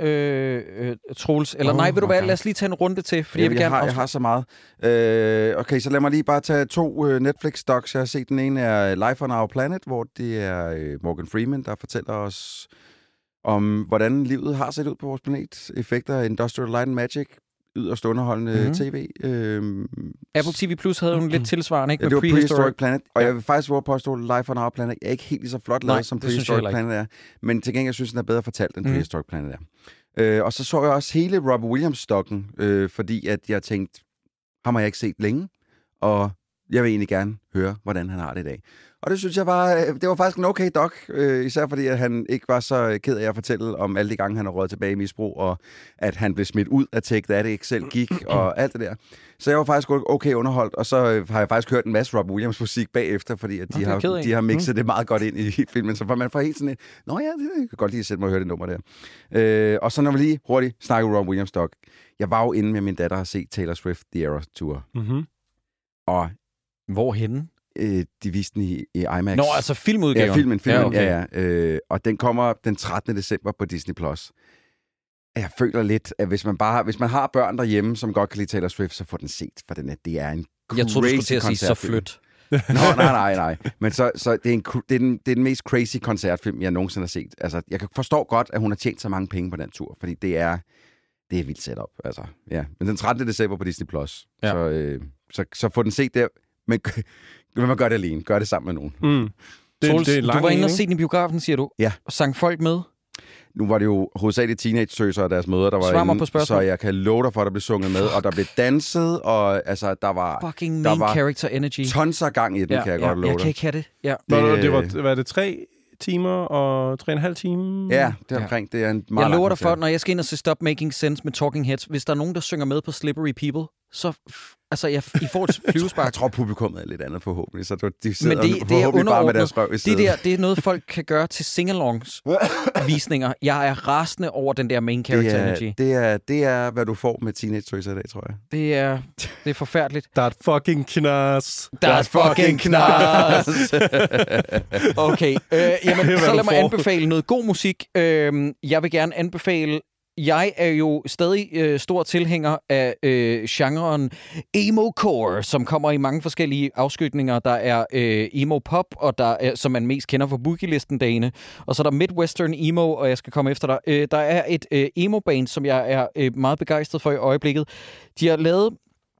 Troels. Eller nej, vil du hvad, lad os lige tage en runde til, fordi jeg har så meget. Okay, så lad mig lige bare tage 2 Netflix-docs. Jeg har set, den ene er Life on Our Planet, hvor det er Morgan Freeman, der fortæller os om, hvordan livet har set ud på vores planet. Effekter, Industrial Light and Magic, yderst underholdende tv. Apple TV Plus havde jo en lidt tilsvarende, ikke? Ja, det var Prehistoric Planet, og jeg vil faktisk våge påstå, Life on Our Planet er ikke helt lige så flot lavet, som Prehistoric Planet er. Men til gengæld synes jeg, den er bedre fortalt, end Prehistoric Planet er. Og så jeg også hele Robbie Williams-stokken, fordi at jeg tænkte, ham har jeg ikke set længe, og jeg vil egentlig gerne høre, hvordan han har det i dag. Og det synes jeg det var faktisk en okay doc, især fordi at han ikke var så ked af at fortælle om alle de gange, han har røget tilbage i misbrug, og at han blev smidt ud af Take That, ikke selv gik, og alt det der. Så jeg var faktisk okay underholdt, og så har jeg faktisk hørt en masse Robbie Williams musik bagefter, fordi at de har mixet det meget godt ind i filmen, så man får helt sådan et, nå ja, det kan godt lige sætte mig og høre det nummer der. Og så når vi lige hurtigt snakker Robbie Williams doc. Jeg var jo inde med min datter og set Taylor Swift The Eras Tour. Og hvorhenne? De viste den i IMAX. Nå, altså filmudgaven? Ja, filmen, ja, okay. ja. Og den kommer den 13. december på Disney+. Jeg føler lidt, at hvis man har børn derhjemme, som godt kan lide Taylor Swift, så får den set, for det er en crazy koncertfilm. Jeg tror du skulle til at sige, så flyt. Nå, nej. Men så det er den mest crazy koncertfilm, jeg nogensinde har set. Altså, jeg forstår godt, at hun har tjent så mange penge på den tur, fordi det er vildt setup. Altså, ja. Men den 13. december på Disney+. Ja. Så få den set der. Men man gør det alene. Gør det sammen med nogen. Du var inde og se den i biografen, siger du? Ja. Og sang folk med? Nu var det jo hovedsageligt teenage-søser og deres mødre, der var inde, så jeg kan love dig for, at der blev sunget med, og der blev danset, og altså, der var... Fucking main character energy. Tons af gang i den, kan jeg godt love dig. Jeg kan ikke have det. Ja. Det var 3 timer og 3,5 timer? Ja, det er omkring. Det er en meget jeg lover dig for, når jeg skal ind og se Stop Making Sense med Talking Heads, hvis der er nogen, der synger med på Slippery People, så... Altså, I får et flyvespark. Jeg tror, publikummet er lidt andet forhåbentlig, så de sidder Men det er forhåbentlig bare med deres røv i siden. Det er noget, folk kan gøre til sing-alongs visninger. Jeg er rasende over den der main character energy. Det er, hvad du får med Teenage Tracer i dag, tror jeg. Det er forfærdeligt. Der er et fucking knas. Der er et fucking knas. Okay, jamen, så lad mig anbefale noget god musik. Jeg vil gerne anbefale... Jeg er jo stadig stor tilhænger af genren emo-core, som kommer i mange forskellige afskygninger. Der er emo-pop, og der er, som man mest kender fra Boogie-listen-dagene. Og så er der Midwestern emo, og jeg skal komme efter dig. Der er et emo-band, som jeg er meget begejstret for i øjeblikket. De har lavet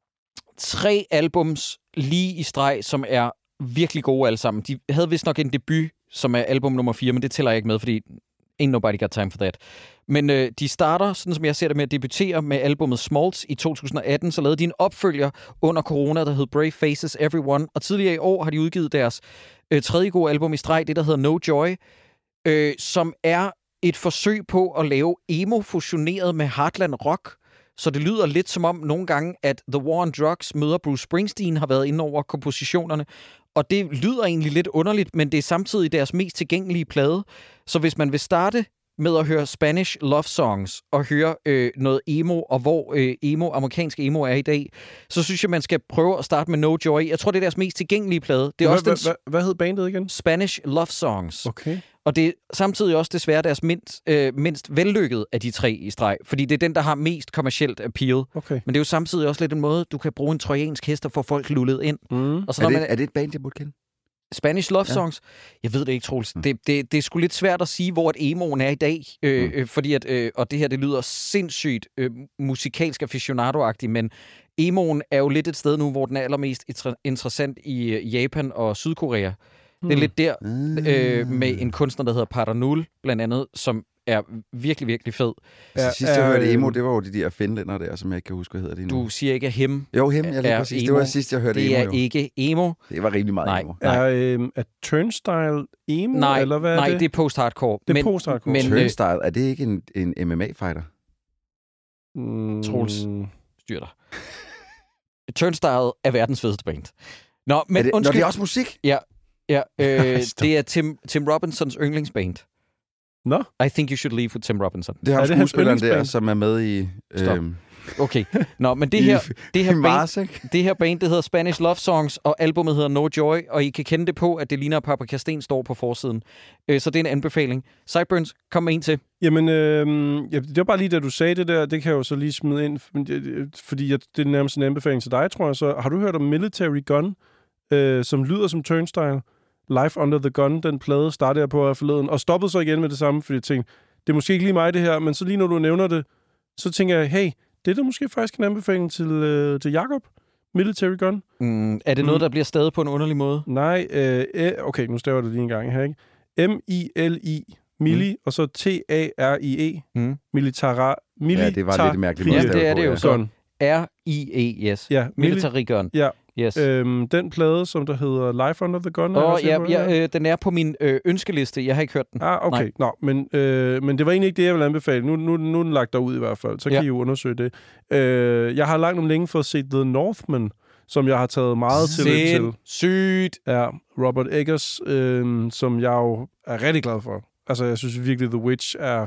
3 albums lige i streg, som er virkelig gode alle sammen. De havde vist nok en debut, som er album nummer 4, men det tæller jeg ikke med, fordi ain't nobody got time for that. Men de starter, sådan som jeg ser det, med at debutere med albumet Smalls i 2018. Så lavede de en opfølger under corona, der hed Brave Faces Everyone. Og tidligere i år har de udgivet deres 3. gode album i streg, det der hedder No Joy, som er et forsøg på at lave emo fusioneret med Heartland Rock. Så det lyder lidt som om nogle gange, at The War on Drugs møder Bruce Springsteen har været inde over kompositionerne. Og det lyder egentlig lidt underligt, men det er samtidig deres mest tilgængelige plade. Så hvis man vil starte med at høre Spanish love songs og høre noget emo, og hvor amerikansk emo er i dag, så synes jeg, man skal prøve at starte med No Joy. Jeg tror, det er deres mest tilgængelige plade. Det er også hvad hed bandet igen? Spanish Love Songs. Okay. Og det er samtidig også desværre deres mindst vellykkede af de 3 i streg, fordi det er den, der har mest kommercielt appeal. Okay. Men det er jo samtidig også lidt en måde, du kan bruge en trojansk hest og få folk lullet ind. Og så, er det et band, jeg burde kende? Spanish Love Songs? Jeg ved det ikke, Troels. Det er sgu lidt svært at sige, hvor et emoen er i dag, fordi at, og det her, det lyder sindssygt musikalsk aficionado-agtigt, men emoen er jo lidt et sted nu, hvor den er allermest interessant i Japan og Sydkorea. Det er lidt der med en kunstner, der hedder Paranul, blandt andet, som er virkelig, virkelig fed. Sidst jeg hørte emo, det var jo de der finlænder der, som jeg ikke kan huske, hvad hedder det nu. Du siger ikke, at Hem Jo, Hem, jeg lige præcis. Det var sidst, jeg hørte emo. Det er ikke emo. Det var rimelig meget emo. Er Turnstile emo, nej, eller hvad er det? Nej, det er post-hardcore. Det er post-hardcore. Men Turnstile, er det ikke en MMA-fighter? Troels, styr dig. Turnstile er verdens fedeste band. Nå, men undskyld. Nå, det er også musik? Ja, det er Tim Robinsons yndlingsband. Nå? I think you should leave with Tim Robinson. Det har skuespilleren der, som er med i... Okay. Nå, men det her band, det hedder Spanish Love Songs, og albumet hedder No Joy, og I kan kende det på, at det ligner, at Paprika Steen står på forsiden. Så det er en anbefaling. Sideburns, kom med en til. Jamen, det var bare lige, da du sagde det der, det kan jeg jo så lige smide ind, fordi det er nærmest en anbefaling til dig, tror jeg. Så har du hørt om Military Gun, som lyder som Turnstile? Life Under the Gun, den plade, startede jeg på forleden, og stoppede så igen med det samme, fordi jeg tænkte, det er måske ikke lige mig det her, men så lige når du nævner det, så tænker jeg, hey, det er da måske faktisk en anbefaling til Jakob, Military Gun. Er det noget, der bliver stadig på en underlig måde? Nej, okay, nu staver det lige en gang her, ikke? M-I-L-I, Mili, og så T-A-R-I-E, Military. Ja, det var lidt mærkeligt. Ja, det er det jo så. R-I-E, yes. Ja, Military Gun. Ja. Yes. Den plade, som der hedder Life Under the Gun. Den er på min ønskeliste. Jeg har ikke hørt den. Okay. Nå, men det var egentlig ikke det, jeg ville anbefale. Nu er den lagt derud i hvert fald. Så kan I jo undersøge det. Jeg har langt om længe fået set The Northman, som jeg har taget meget til. Sygt. Ja, Robert Eggers, som jeg jo er rigtig glad for. Altså, jeg synes virkelig, The Witch er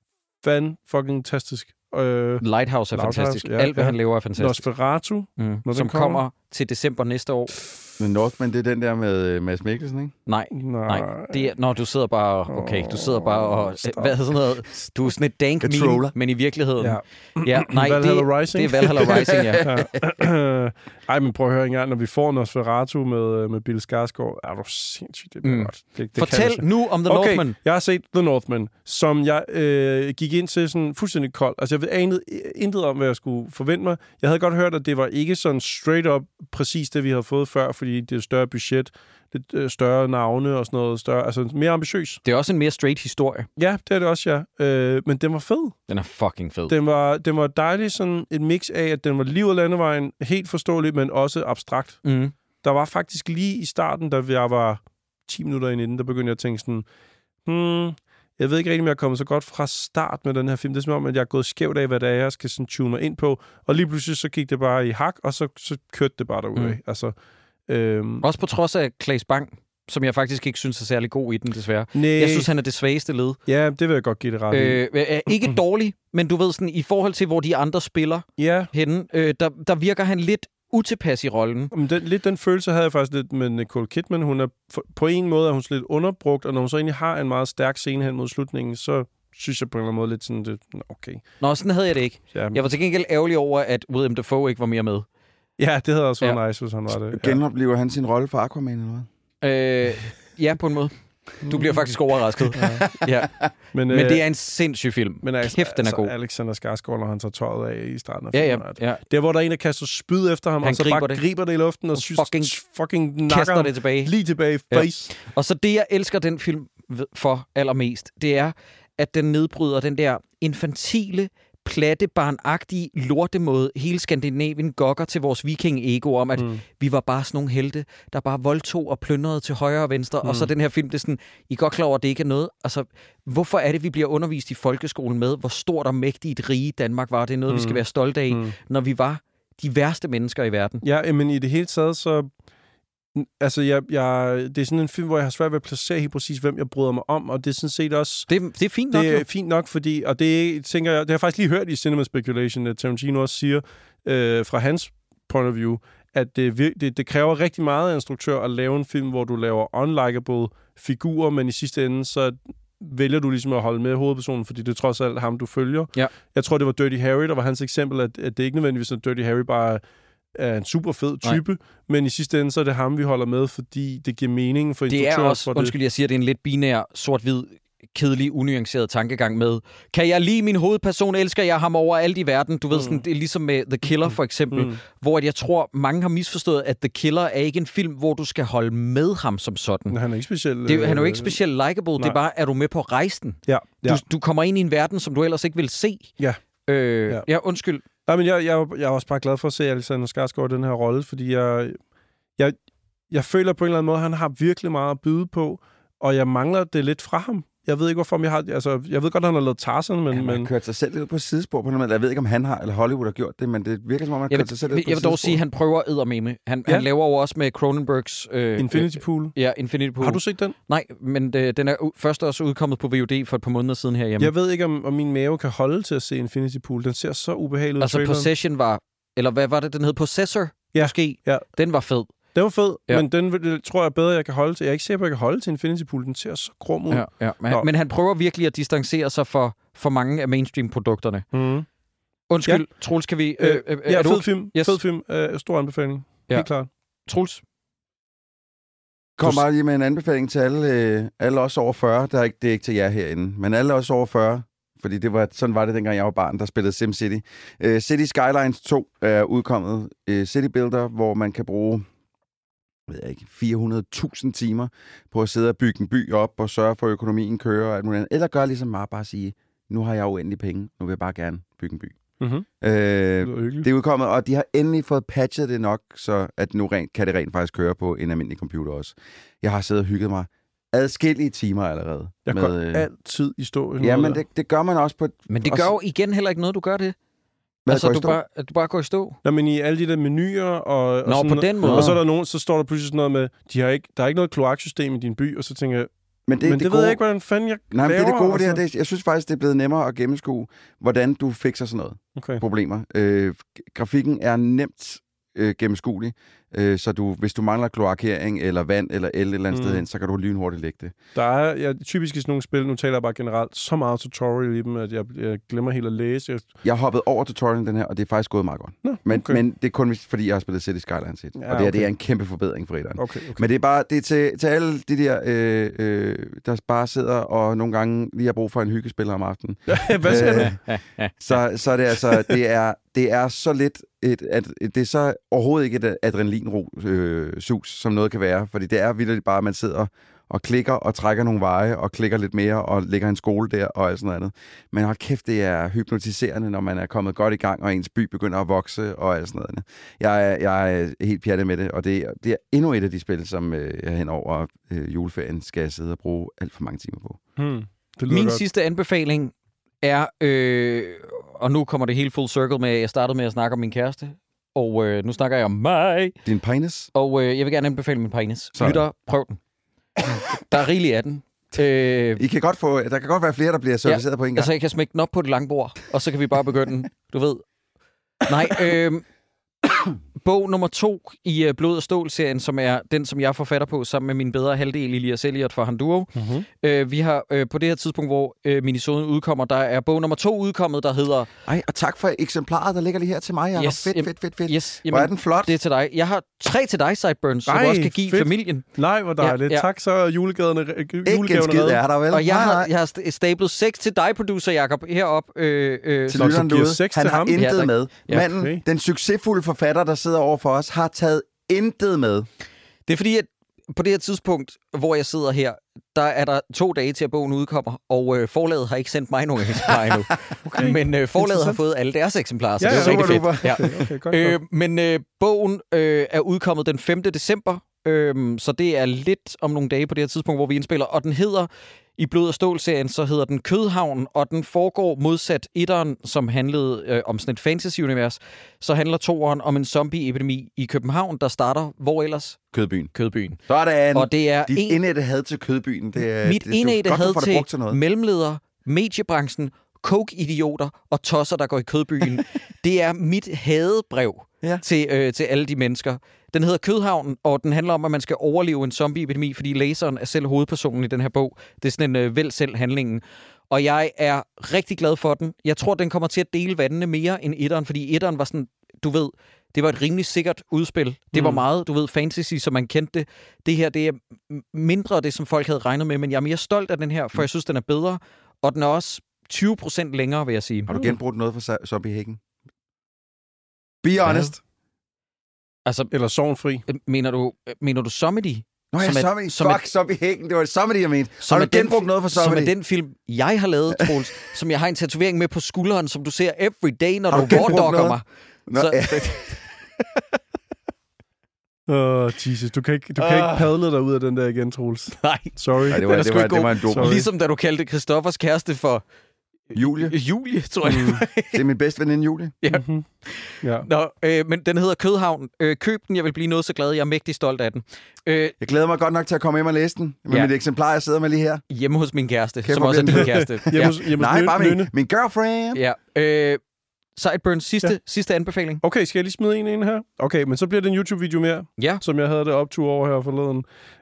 fantastisk. Lighthouse er fantastisk. Alt, hvad han laver, er fantastisk. Nosferatu, som kommer til december næste år. Men Northman, det er den der med Mads Mikkelsen, ikke? Nej. Det er, du sidder bare... Okay, du sidder bare og... Hvad er sådan noget? Du er sådan et dank meme, men i virkeligheden... Ja, nej, Valhalla Rising. Det er Valhalla Rising, ja. Ej, men prøv at høre engang, når vi får Nosferatu med Bill Skarsgård, er du sindssygt, det bliver godt. Det fortæl nu om The Northman. Jeg har set The Northman, som jeg gik ind til sådan fuldstændig kold. Altså, jeg anede intet om, hvad jeg skulle forvente mig. Jeg havde godt hørt, at det var ikke sådan straight up præcis det, vi havde fået før, fordi det er større budget, lidt større navne og sådan noget, altså mere ambitiøs. Det er også en mere straight historie. Ja, det er det også, ja. Men den var fed. Den er fucking fed. Den var dejlig, sådan et mix af, at den var liv og landevejen, helt forståelig, men også abstrakt. Der var faktisk lige i starten, da jeg var 10 minutter inden, der begyndte jeg at tænke sådan, Jeg ved ikke rigtig, om jeg er kommet så godt fra start med den her film. Det er som om, at jeg er gået skævt af, hvad det er, jeg skal sådan tune mig ind på. Og lige pludselig så gik det bare i hak, og så kørte det bare derudad. Altså, også på trods af Claes Bang, som jeg faktisk ikke synes er særlig god i den, desværre. Nej. Jeg synes, han er det svageste led. Ja, det vil jeg godt give det ret i. Ikke dårlig, men du ved sådan, i forhold til, hvor de andre spiller henne, der virker han lidt utilpas i rollen. Men lidt den følelse havde jeg faktisk lidt med Nicole Kidman. Hun er på en måde er hun lidt underbrugt, og når hun så egentlig har en meget stærk scene hen mod slutningen, så synes jeg på en eller anden måde lidt sådan, det, okay. Nå, sådan havde jeg det ikke. Ja. Jeg var til gengæld ærgerlig over, at William Dafoe ikke var mere med. Ja, det havde også været nice, hvis han var det. Genoplever han sin rolle for Aquaman eller noget? Ja, på en måde. Du bliver faktisk overrasket. Ja. Men det er en sindssyg film. Men Kæft, den er god. Alexander Skarsgård, når han tager tøjet af i starten af filmen. Ja. Der, hvor der er en, der kaster spyd efter ham, han og så bare griber det i luften, og fucking nakker det tilbage. Lige tilbage i face. Ja. Og så det, jeg elsker den film for allermest, det er, at den nedbryder den der infantile, plattebarnagtige lortemåde, hele Skandinavien gokker til vores viking-ego om, at vi var bare sådan nogle helte, der bare voldtog og plyndrede til højre og venstre, og så den her film, det er sådan, I er godt klar over, at det ikke er noget. Altså, hvorfor er det, vi bliver undervist i folkeskolen med, hvor stort og mægtigt et rige Danmark var? Det er noget, vi skal være stolte af, når vi var de værste mennesker i verden. Ja, men i det hele taget, så altså, det er sådan en film, hvor jeg har svært ved at placere helt præcis, hvem jeg bryder mig om, og det er sådan set også... Det er fint nok, det er fint nok, fordi... Og det tænker jeg... Det har jeg faktisk lige hørt i Cinema Speculation, at Tarantino også siger, fra hans point of view, at det kræver rigtig meget af instruktør at lave en film, hvor du laver unlikable figurer, men i sidste ende, så vælger du ligesom at holde med hovedpersonen, fordi det er trods alt ham, du følger. Ja. Jeg tror, det var Dirty Harry, der var hans eksempel, at det ikke nødvendigvis er Dirty Harry bare er en super fed type, men i sidste ende, så er det ham, vi holder med, fordi det giver mening for instruktøren. Det er også, undskyld, jeg siger, det er en lidt binær, sort-hvid, kedelig, unuanceret tankegang med, kan jeg lide min hovedperson, elsker jeg ham over alt i verden? Du ved, sådan, det er ligesom med The Killer, for eksempel, hvor jeg tror, mange har misforstået, at The Killer er ikke en film, hvor du skal holde med ham som sådan. Han er ikke specielt... Han er jo ikke specielt likeable, det er bare, er du med på rejsen? Ja. Du kommer ind i en verden, som du ellers ikke vil se. Ja, undskyld. Nej, men jeg er også bare glad for at se Alexander Skarsgård i den her rolle, fordi jeg føler på en eller anden måde, at han har virkelig meget at byde på, og jeg mangler det lidt fra ham. Jeg ved ikke, hvorfor jeg har... Altså, jeg ved godt, at han har lavet Tarzan, men... Han har kørt sig selv lidt på sidespor på noget. Jeg ved ikke, om han har, eller Hollywood har gjort det, men det virker som om, han har kørt sig selv lidt på sidespor. Jeg vil dog sige, at han prøver eddermame. Han laver jo også med Cronenbergs... Infinity Pool. Ja, Infinity Pool. Har du set den? Nej, men den er først også udkommet på VOD for et par måneder siden herhjemme. Jeg ved ikke, om min mave kan holde til at se Infinity Pool. Den ser så ubehagelig ud. Altså Possession var... Eller hvad var det, den hed? Possessor? Måske? Ja. Den var fed. Den var fed, men den tror jeg bedre, jeg kan holde til. Jeg er ikke sikker på, at jeg kan holde til Infinity Pool. Den ser så grum ud. Ja. Men han prøver virkelig at distancere sig for mange af mainstream-produkterne. Undskyld, Troels, kan vi... fed film. Yes. Fed film. Stor anbefaling. Helt klart. Troels? Kom bare lige med en anbefaling til alle os over 40. Det er ikke til jer herinde, men alle os over 40. Fordi sådan var det, dengang jeg var barn, der spillede SimCity. City Skylines 2 er udkommet. City Builder, hvor man kan bruge 400.000 timer på at sidde og bygge en by op og sørge for, at økonomien kører. Og alt muligt. Eller gøre ligesom mig, bare sige, nu har jeg uendelig penge, nu vil jeg bare gerne bygge en by. Det er udkommet, og de har endelig fået patchet det nok, så at nu kan det rent faktisk køre på en almindelig computer også. Jeg har siddet og hygget mig adskillige timer allerede. Jeg går altid i stå. Ja, men det gør man også på... Men det gør jo igen heller ikke noget, du gør det. Altså, du bare går i stå? Nå, men i alle de der menuer og sådan på den måde. Og så er der nogen, så står der pludselig sådan noget med, der er ikke noget kloaksystem i din by, og så tænker jeg, men det ved jeg ikke, hvordan fanden jeg laver. Det er det gode ved det her. Jeg synes faktisk, det er blevet nemmere at gennemskue, hvordan du fikser sådan noget problemer. Grafikken er nemt gennemskuelig, så hvis du mangler kloakering eller vand eller el et eller andet sted hen, så kan du lynhurtigt lægge det. Der er typisk i sådan nogle spil, nu taler jeg bare generelt, så meget tutorial i dem, at jeg glemmer helt at læse. Jeg har hoppet over tutorialen den her, og det er faktisk gået meget godt. Men det er kun fordi, jeg har spillet City Skylines 1, og det er en kæmpe forbedring for etteren. Okay. Men det er bare det er til alle de der, der bare sidder og nogle gange lige har brug for en hyggespiller om aftenen. Hvad siger du? Så er det altså, det er så lidt det er så overhovedet ikke et adrenalinsus, som noget kan være, fordi det er vildt bare, at man sidder og klikker og trækker nogle veje og klikker lidt mere og lægger en skole der og alt sådan noget andet. Men hold kæft, det er hypnotiserende, når man er kommet godt i gang, og ens by begynder at vokse og alt sådan noget andet. Jeg er helt pjattet med det, og det er endnu et af de spil, som jeg hen over juleferien skal sidde og bruge alt for mange timer på. Min godt. sidste anbefaling er, og nu kommer det helt full circle med, at jeg startede med at snakke om min kæreste, og nu snakker jeg om mig. Din penis? Og jeg vil gerne anbefale min penis. Lytter, prøv den. Der er rigeligt af den. I kan godt få, der kan godt være flere, der bliver serviceret på en gang. Altså, jeg kan smække den op på det lange bord, og så kan vi bare begynde, du ved. Nej, bog nummer 2 i Blod og Stål-serien, som er den, som jeg er forfatter på, sammen med min bedre halvdel, Elias Elliot fra Handuo. Mm-hmm. Vi har på det her tidspunkt, hvor minisoden udkommer, der er bog nummer 2 udkommet, der hedder... Ej, og tak for eksemplaret, der ligger lige her til mig. Yes, fedt. Yes, Hvor er den flot. Det er til dig. Jeg har 3 til dig, Sideburns, som du også kan give familien. Nej, hvor dejligt. Ja. Tak, så er julegaverne Ikke en skid er der, vel? Og jeg har stablet 6 til dig, producer Jacob, herop. Til lytteren derude. Han har intet med. Ja, Manden, den succesfulde forfatter, der sidder over for os, har taget intet med. Det er fordi, at på det her tidspunkt, hvor jeg sidder her, der er der 2 dage til, at bogen udkommer, og forlaget har ikke sendt mig nogen eksemplarer endnu. Okay. Men forlaget har fået alle deres eksemplarer, så det er rigtig fedt. Ja. Okay, godt. Men bogen er udkommet den 5. december, så det er lidt om nogle dage på det her tidspunkt, hvor vi indspiller, og den hedder... I Blod og Stål-serien, så hedder den Kødhavn, og den foregår modsat etteren, som handlede om sådan et fantasy-univers. Så handler toeren om en zombie-epidemi i København, der starter, hvor ellers? Kødbyen. Kødbyen. Sådan. Og det er dit indædte had til Kødbyen. Det er, mit indædte had til noget. mellemledere, mediebranchen, coke-idioter og tosser, der går i Kødbyen. Det er mit hadebrev til alle de mennesker. Den hedder Kødhavnen, og den handler om, at man skal overleve en zombieepidemi, fordi læseren er selv hovedpersonen i den her bog. Det er sådan en vælg selv handlingen. Og jeg er rigtig glad for den. Jeg tror, den kommer til at dele vandene mere end etteren, fordi etteren var sådan, du ved, det var et rimelig sikkert udspil. Det var meget, du ved, fantasy, som man kendte det. Det her, det er mindre det, som folk havde regnet med, men jeg er mere stolt af den her, for jeg synes, den er bedre, og den er også 20% længere, vil jeg sige. Har du genbrugt noget fra Zombiehækken? Be honest. Altså, eller sorgenfri. Mener du Somedy? Nå ja, Somedy. Fuck, Zombiehækken. Det var Somedy, jeg mente. Har du genbrugt noget fra Somedy? Som er den film, jeg har lavet, Troels, som jeg har en tatovering med på skulderen, som du ser every day, når du vårdogger mig. Nå, Jesus, du kan ikke padle dig ud af den der igen, Troels. Nej. Sorry. Nej, det var en dum. Ligesom da du kaldte Christoffers kæreste for... Julie, tror jeg. Det er min bedste veninde, Julie. Ja. Mm-hmm. Ja. Nå, men den hedder Kødhavn. Køb den, jeg vil blive noget så glad. Jeg er mægtig stolt af den. Jeg glæder mig godt nok til at komme hjem og læse den. Med mit eksemplar, jeg sidder med lige her. Hjemme hos min kæreste, som også er din kæreste. Nej, bare min girlfriend. Ja. Sideburns sidste anbefaling. Okay, skal jeg lige smide en her? Okay, men så bliver det en YouTube-video mere, som jeg havde det optur over her forleden.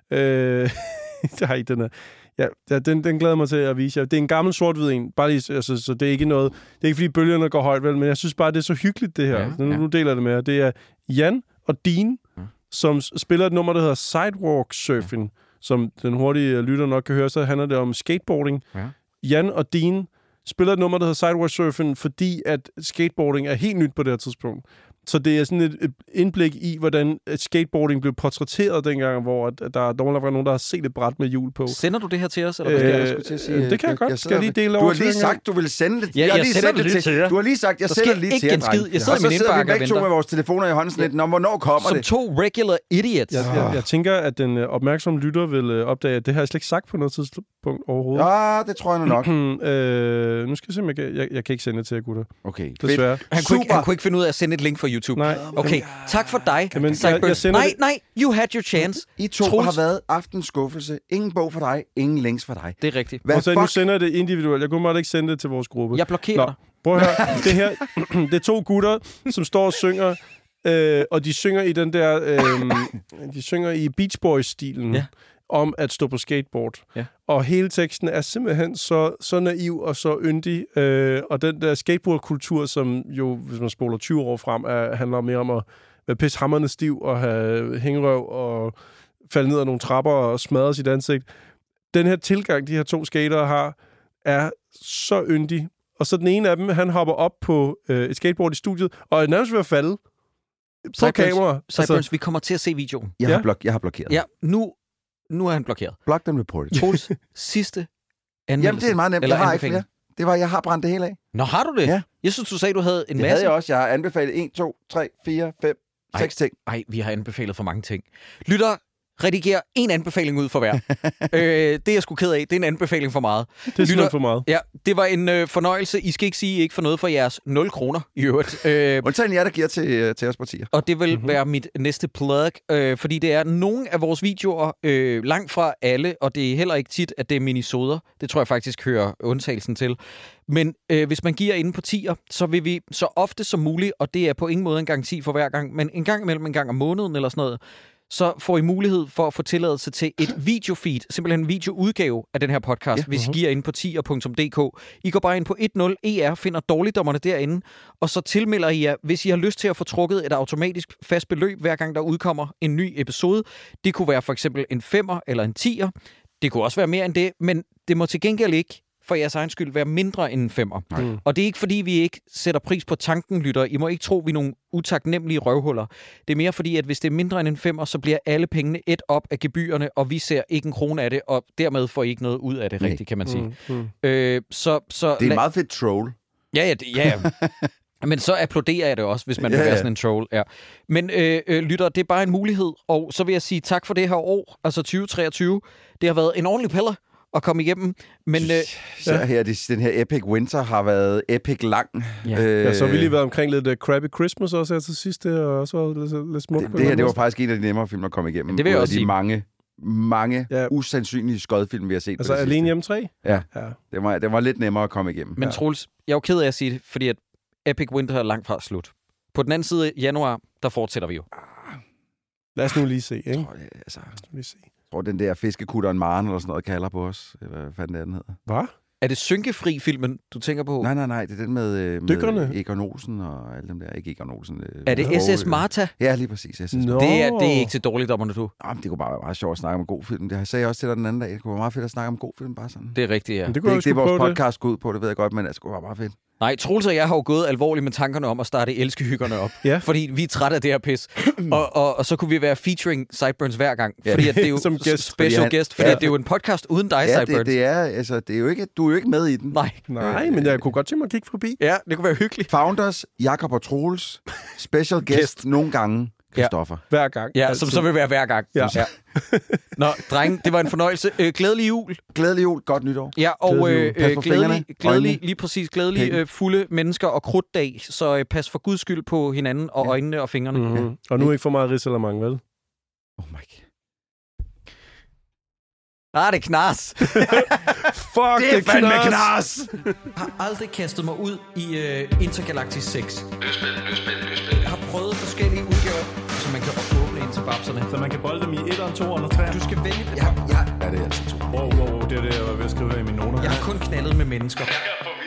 Den er... Ja, den glæder mig til at vise jer. Det er en gammel sort-hvid en. Bare lige, altså, så det er ikke noget... Det er ikke, fordi bølgerne går højt, vel, men jeg synes bare, det er så hyggeligt, det her. Nu deler jeg det med jer. Det er Jan og Dean, som spiller et nummer, der hedder Sidewalk Surfing, som den hurtige lytter nok kan høre, så handler det om skateboarding. Ja. Jan og Dean spiller et nummer, der hedder Sidewalk Surfing, fordi at skateboarding er helt nyt på det her tidspunkt. Så det er sådan et indblik i, hvordan skateboarding blev portrætteret dengang, hvor der var nogen, der har set et bræt med hjul på. Sender du det her til os? Eller det kan jeg godt. Skal jeg lige dele over til? Du har lige sagt, du vil sende det. Ja, jeg sender det lige til jer. Du har lige sagt, jeg sender det lige til jer. Jeg sidder med min indbakke og venter. Og så sidder vi begge to med vores telefoner i hånden sådan lidt. Nå, hvornår kommer det? Som 2 regular idiots. Jeg tænker, at den opmærksomme lytter vil opdage, at det har jeg slet ikke sagt på noget tidspunkt overhovedet. Ja, det tror jeg nok. Nu skal jeg se, jeg kan ikke sende det til jer, gutter. Okay. Desværre. Han kunne ikke finde ud af at sende et link fra YouTube. Nej. Okay, tak for dig. Jamen, nej, you had your chance. I to har været aftens skuffelse. Ingen bog for dig, ingen links for dig. Det er rigtigt. Og så nu sender jeg det individuelt. Jeg kunne måtte ikke sende det til vores gruppe. Jeg blokerer dig. Prøv at høre. Det her, det er 2 gutter, som står og synger, og de synger i den der, de synger i Beach Boys-stilen. Ja. Om at stå på skateboard. Ja. Og hele teksten er simpelthen så naiv og så yndig. Og den der skateboardkultur, som jo, hvis man spoler 20 år frem, handler mere om at være pishamrende stiv og have hængerøv og falde ned ad nogle trapper og smadre sit ansigt. Den her tilgang, de her 2 skatere har, er så yndig. Og så den ene af dem, han hopper op på et skateboard i studiet, og er nærmest ved at falde på kamera. Sideburns, vi kommer til at se videoen. Jeg har blokeret. Ja, nu er han blokeret. Block them reported. Troels, sidste anmeldelse. Jamen, det er meget nemt. Jeg har ikke flere. Jeg har brændt det hele af. Nå, har du det? Ja. Jeg synes, du sagde, du havde en masse. Det havde jeg også. Jeg har anbefalet 1, 2, 3, 4, 5, 6 ting. Nej, vi har anbefalet for mange ting. Lytter, Rediger en anbefaling ud for hver. Det er jeg sgu ked af. Det er en anbefaling for meget. Det er simpelthen for meget. Ja, det var en fornøjelse. I skal ikke sige, I ikke får noget for jeres 0 kroner i øvrigt. Undtagen jer, der giver til os partier. Og det vil være mit næste plug, fordi det er nogle af vores videoer, langt fra alle, og det er heller ikke tit, at det er minisoder. Det tror jeg faktisk hører undtagelsen til. Men hvis man giver inde på tier, så vil vi så ofte som muligt, og det er på ingen måde en garanti for hver gang, men en gang imellem en gang om måneden eller sådan noget, så får I mulighed for at få tilladelse til et videofeed, simpelthen en videoudgave af den her podcast, hvis I giver ind på tier.dk. I går bare ind på 10ER, finder dårligdommerne derinde, og så tilmelder I jer, hvis I har lyst til at få trukket et automatisk fast beløb, hver gang der udkommer en ny episode. Det kunne være for eksempel en 5'er eller en 10'er. Det kunne også være mere end det, men det må til gengæld ikke for jeres egen skyld være mindre end en 5'er. Og det er ikke, fordi vi ikke sætter pris på tanken, lytter. I må ikke tro, vi er nogle utaknemmelige røvhuller. Det er mere fordi, at hvis det er mindre end en 5'er, så bliver alle pengene et op af gebyrerne, og vi ser ikke en krone af det, og dermed får I ikke noget ud af det, rigtigt, kan man sige. Så det er en meget fedt troll. Ja. Men så applauderer jeg det også, hvis man vil være sådan en troll. Ja. Men lytter, det er bare en mulighed, og så vil jeg sige tak for det her år, altså 2023. Det har været en ordentlig pille at komme igennem. Men den her Epic Winter har været epic lang. Så har vi lige været omkring lidt Crappy Christmas også her til sidst, og også lidt smukt. Det her, det var faktisk en af de nemmere film at komme igennem. Det vil jeg også sige. Mange usandsynlige skodfilm, vi har set. Altså Alene Hjemme 3? Ja. Det var lidt nemmere at komme igennem. Men Troels, jeg er jo ked af at sige det, fordi at Epic Winter er langt fra slut. På den anden side af januar, der fortsætter vi jo. Lad os nu lige se, ikke? Jeg tror, den der fiskekutteren Maren eller sådan noget kalder på os. Hvad fanden den hedder? Hvad? Er det Synkefri-filmen, du tænker på? Nej. Det er den med Dykkerne? Egon Olsen og alle dem der. Ikke Egon Olsen. Er det SS Marta? Ja, lige præcis. SS Marta. Det er ikke til dårligdommerne, du. Jamen, det kunne bare være meget sjovt at snakke om en god film. Det sagde jeg også til dig den anden dag. Det kunne være meget fedt at snakke om en god film, bare sådan. Det er rigtigt, ja. Det er ikke det, vores podcast går ud på, det ved jeg godt, men det skulle være meget fedt. Nej, Troels og jeg har jo gået alvorligt med tankerne om at starte Elskehyggerne op. Fordi vi er trætte af det her pis. Og så kunne vi være featuring Sideburns hver gang. Fordi at det er jo som special guest. Fordi at det er jo en podcast uden dig, Sideburns. Det er, altså, det er jo ikke, du er jo ikke med i den. Nej, men jeg kunne godt tænke mig at kigge forbi. Ja, det kunne være hyggeligt. Founders, Jakob og Troels. Special guest nogle gange. Christoffer. Hver gang. Ja, som så vil være hver gang. Ja. Nå, drenge, det var en fornøjelse. Glædelig jul. Glædelig jul. Godt nytår. Ja, og glædelig, lige præcis, glædelig fulde mennesker og krudtdag. Så pas for guds skyld på hinanden og øjnene og fingrene. Mm-hmm. Og nu ikke for meget risalemang, vel? Oh my god. Det er knas. Fuck, det er fandme knas. Har aldrig kastet mig ud i Intergalactic 6. Jeg har prøvet forskellige udgaver, så man kan åbne ind til babserne. Så man kan bolde dem i 1'eren, 2'eren og 3'eren. Du skal vælge det. Ja, det er altså 2. Wow, det er det, jeg var ved at skrive her i mine noter. Jeg har kun knaldet med mennesker. Jeg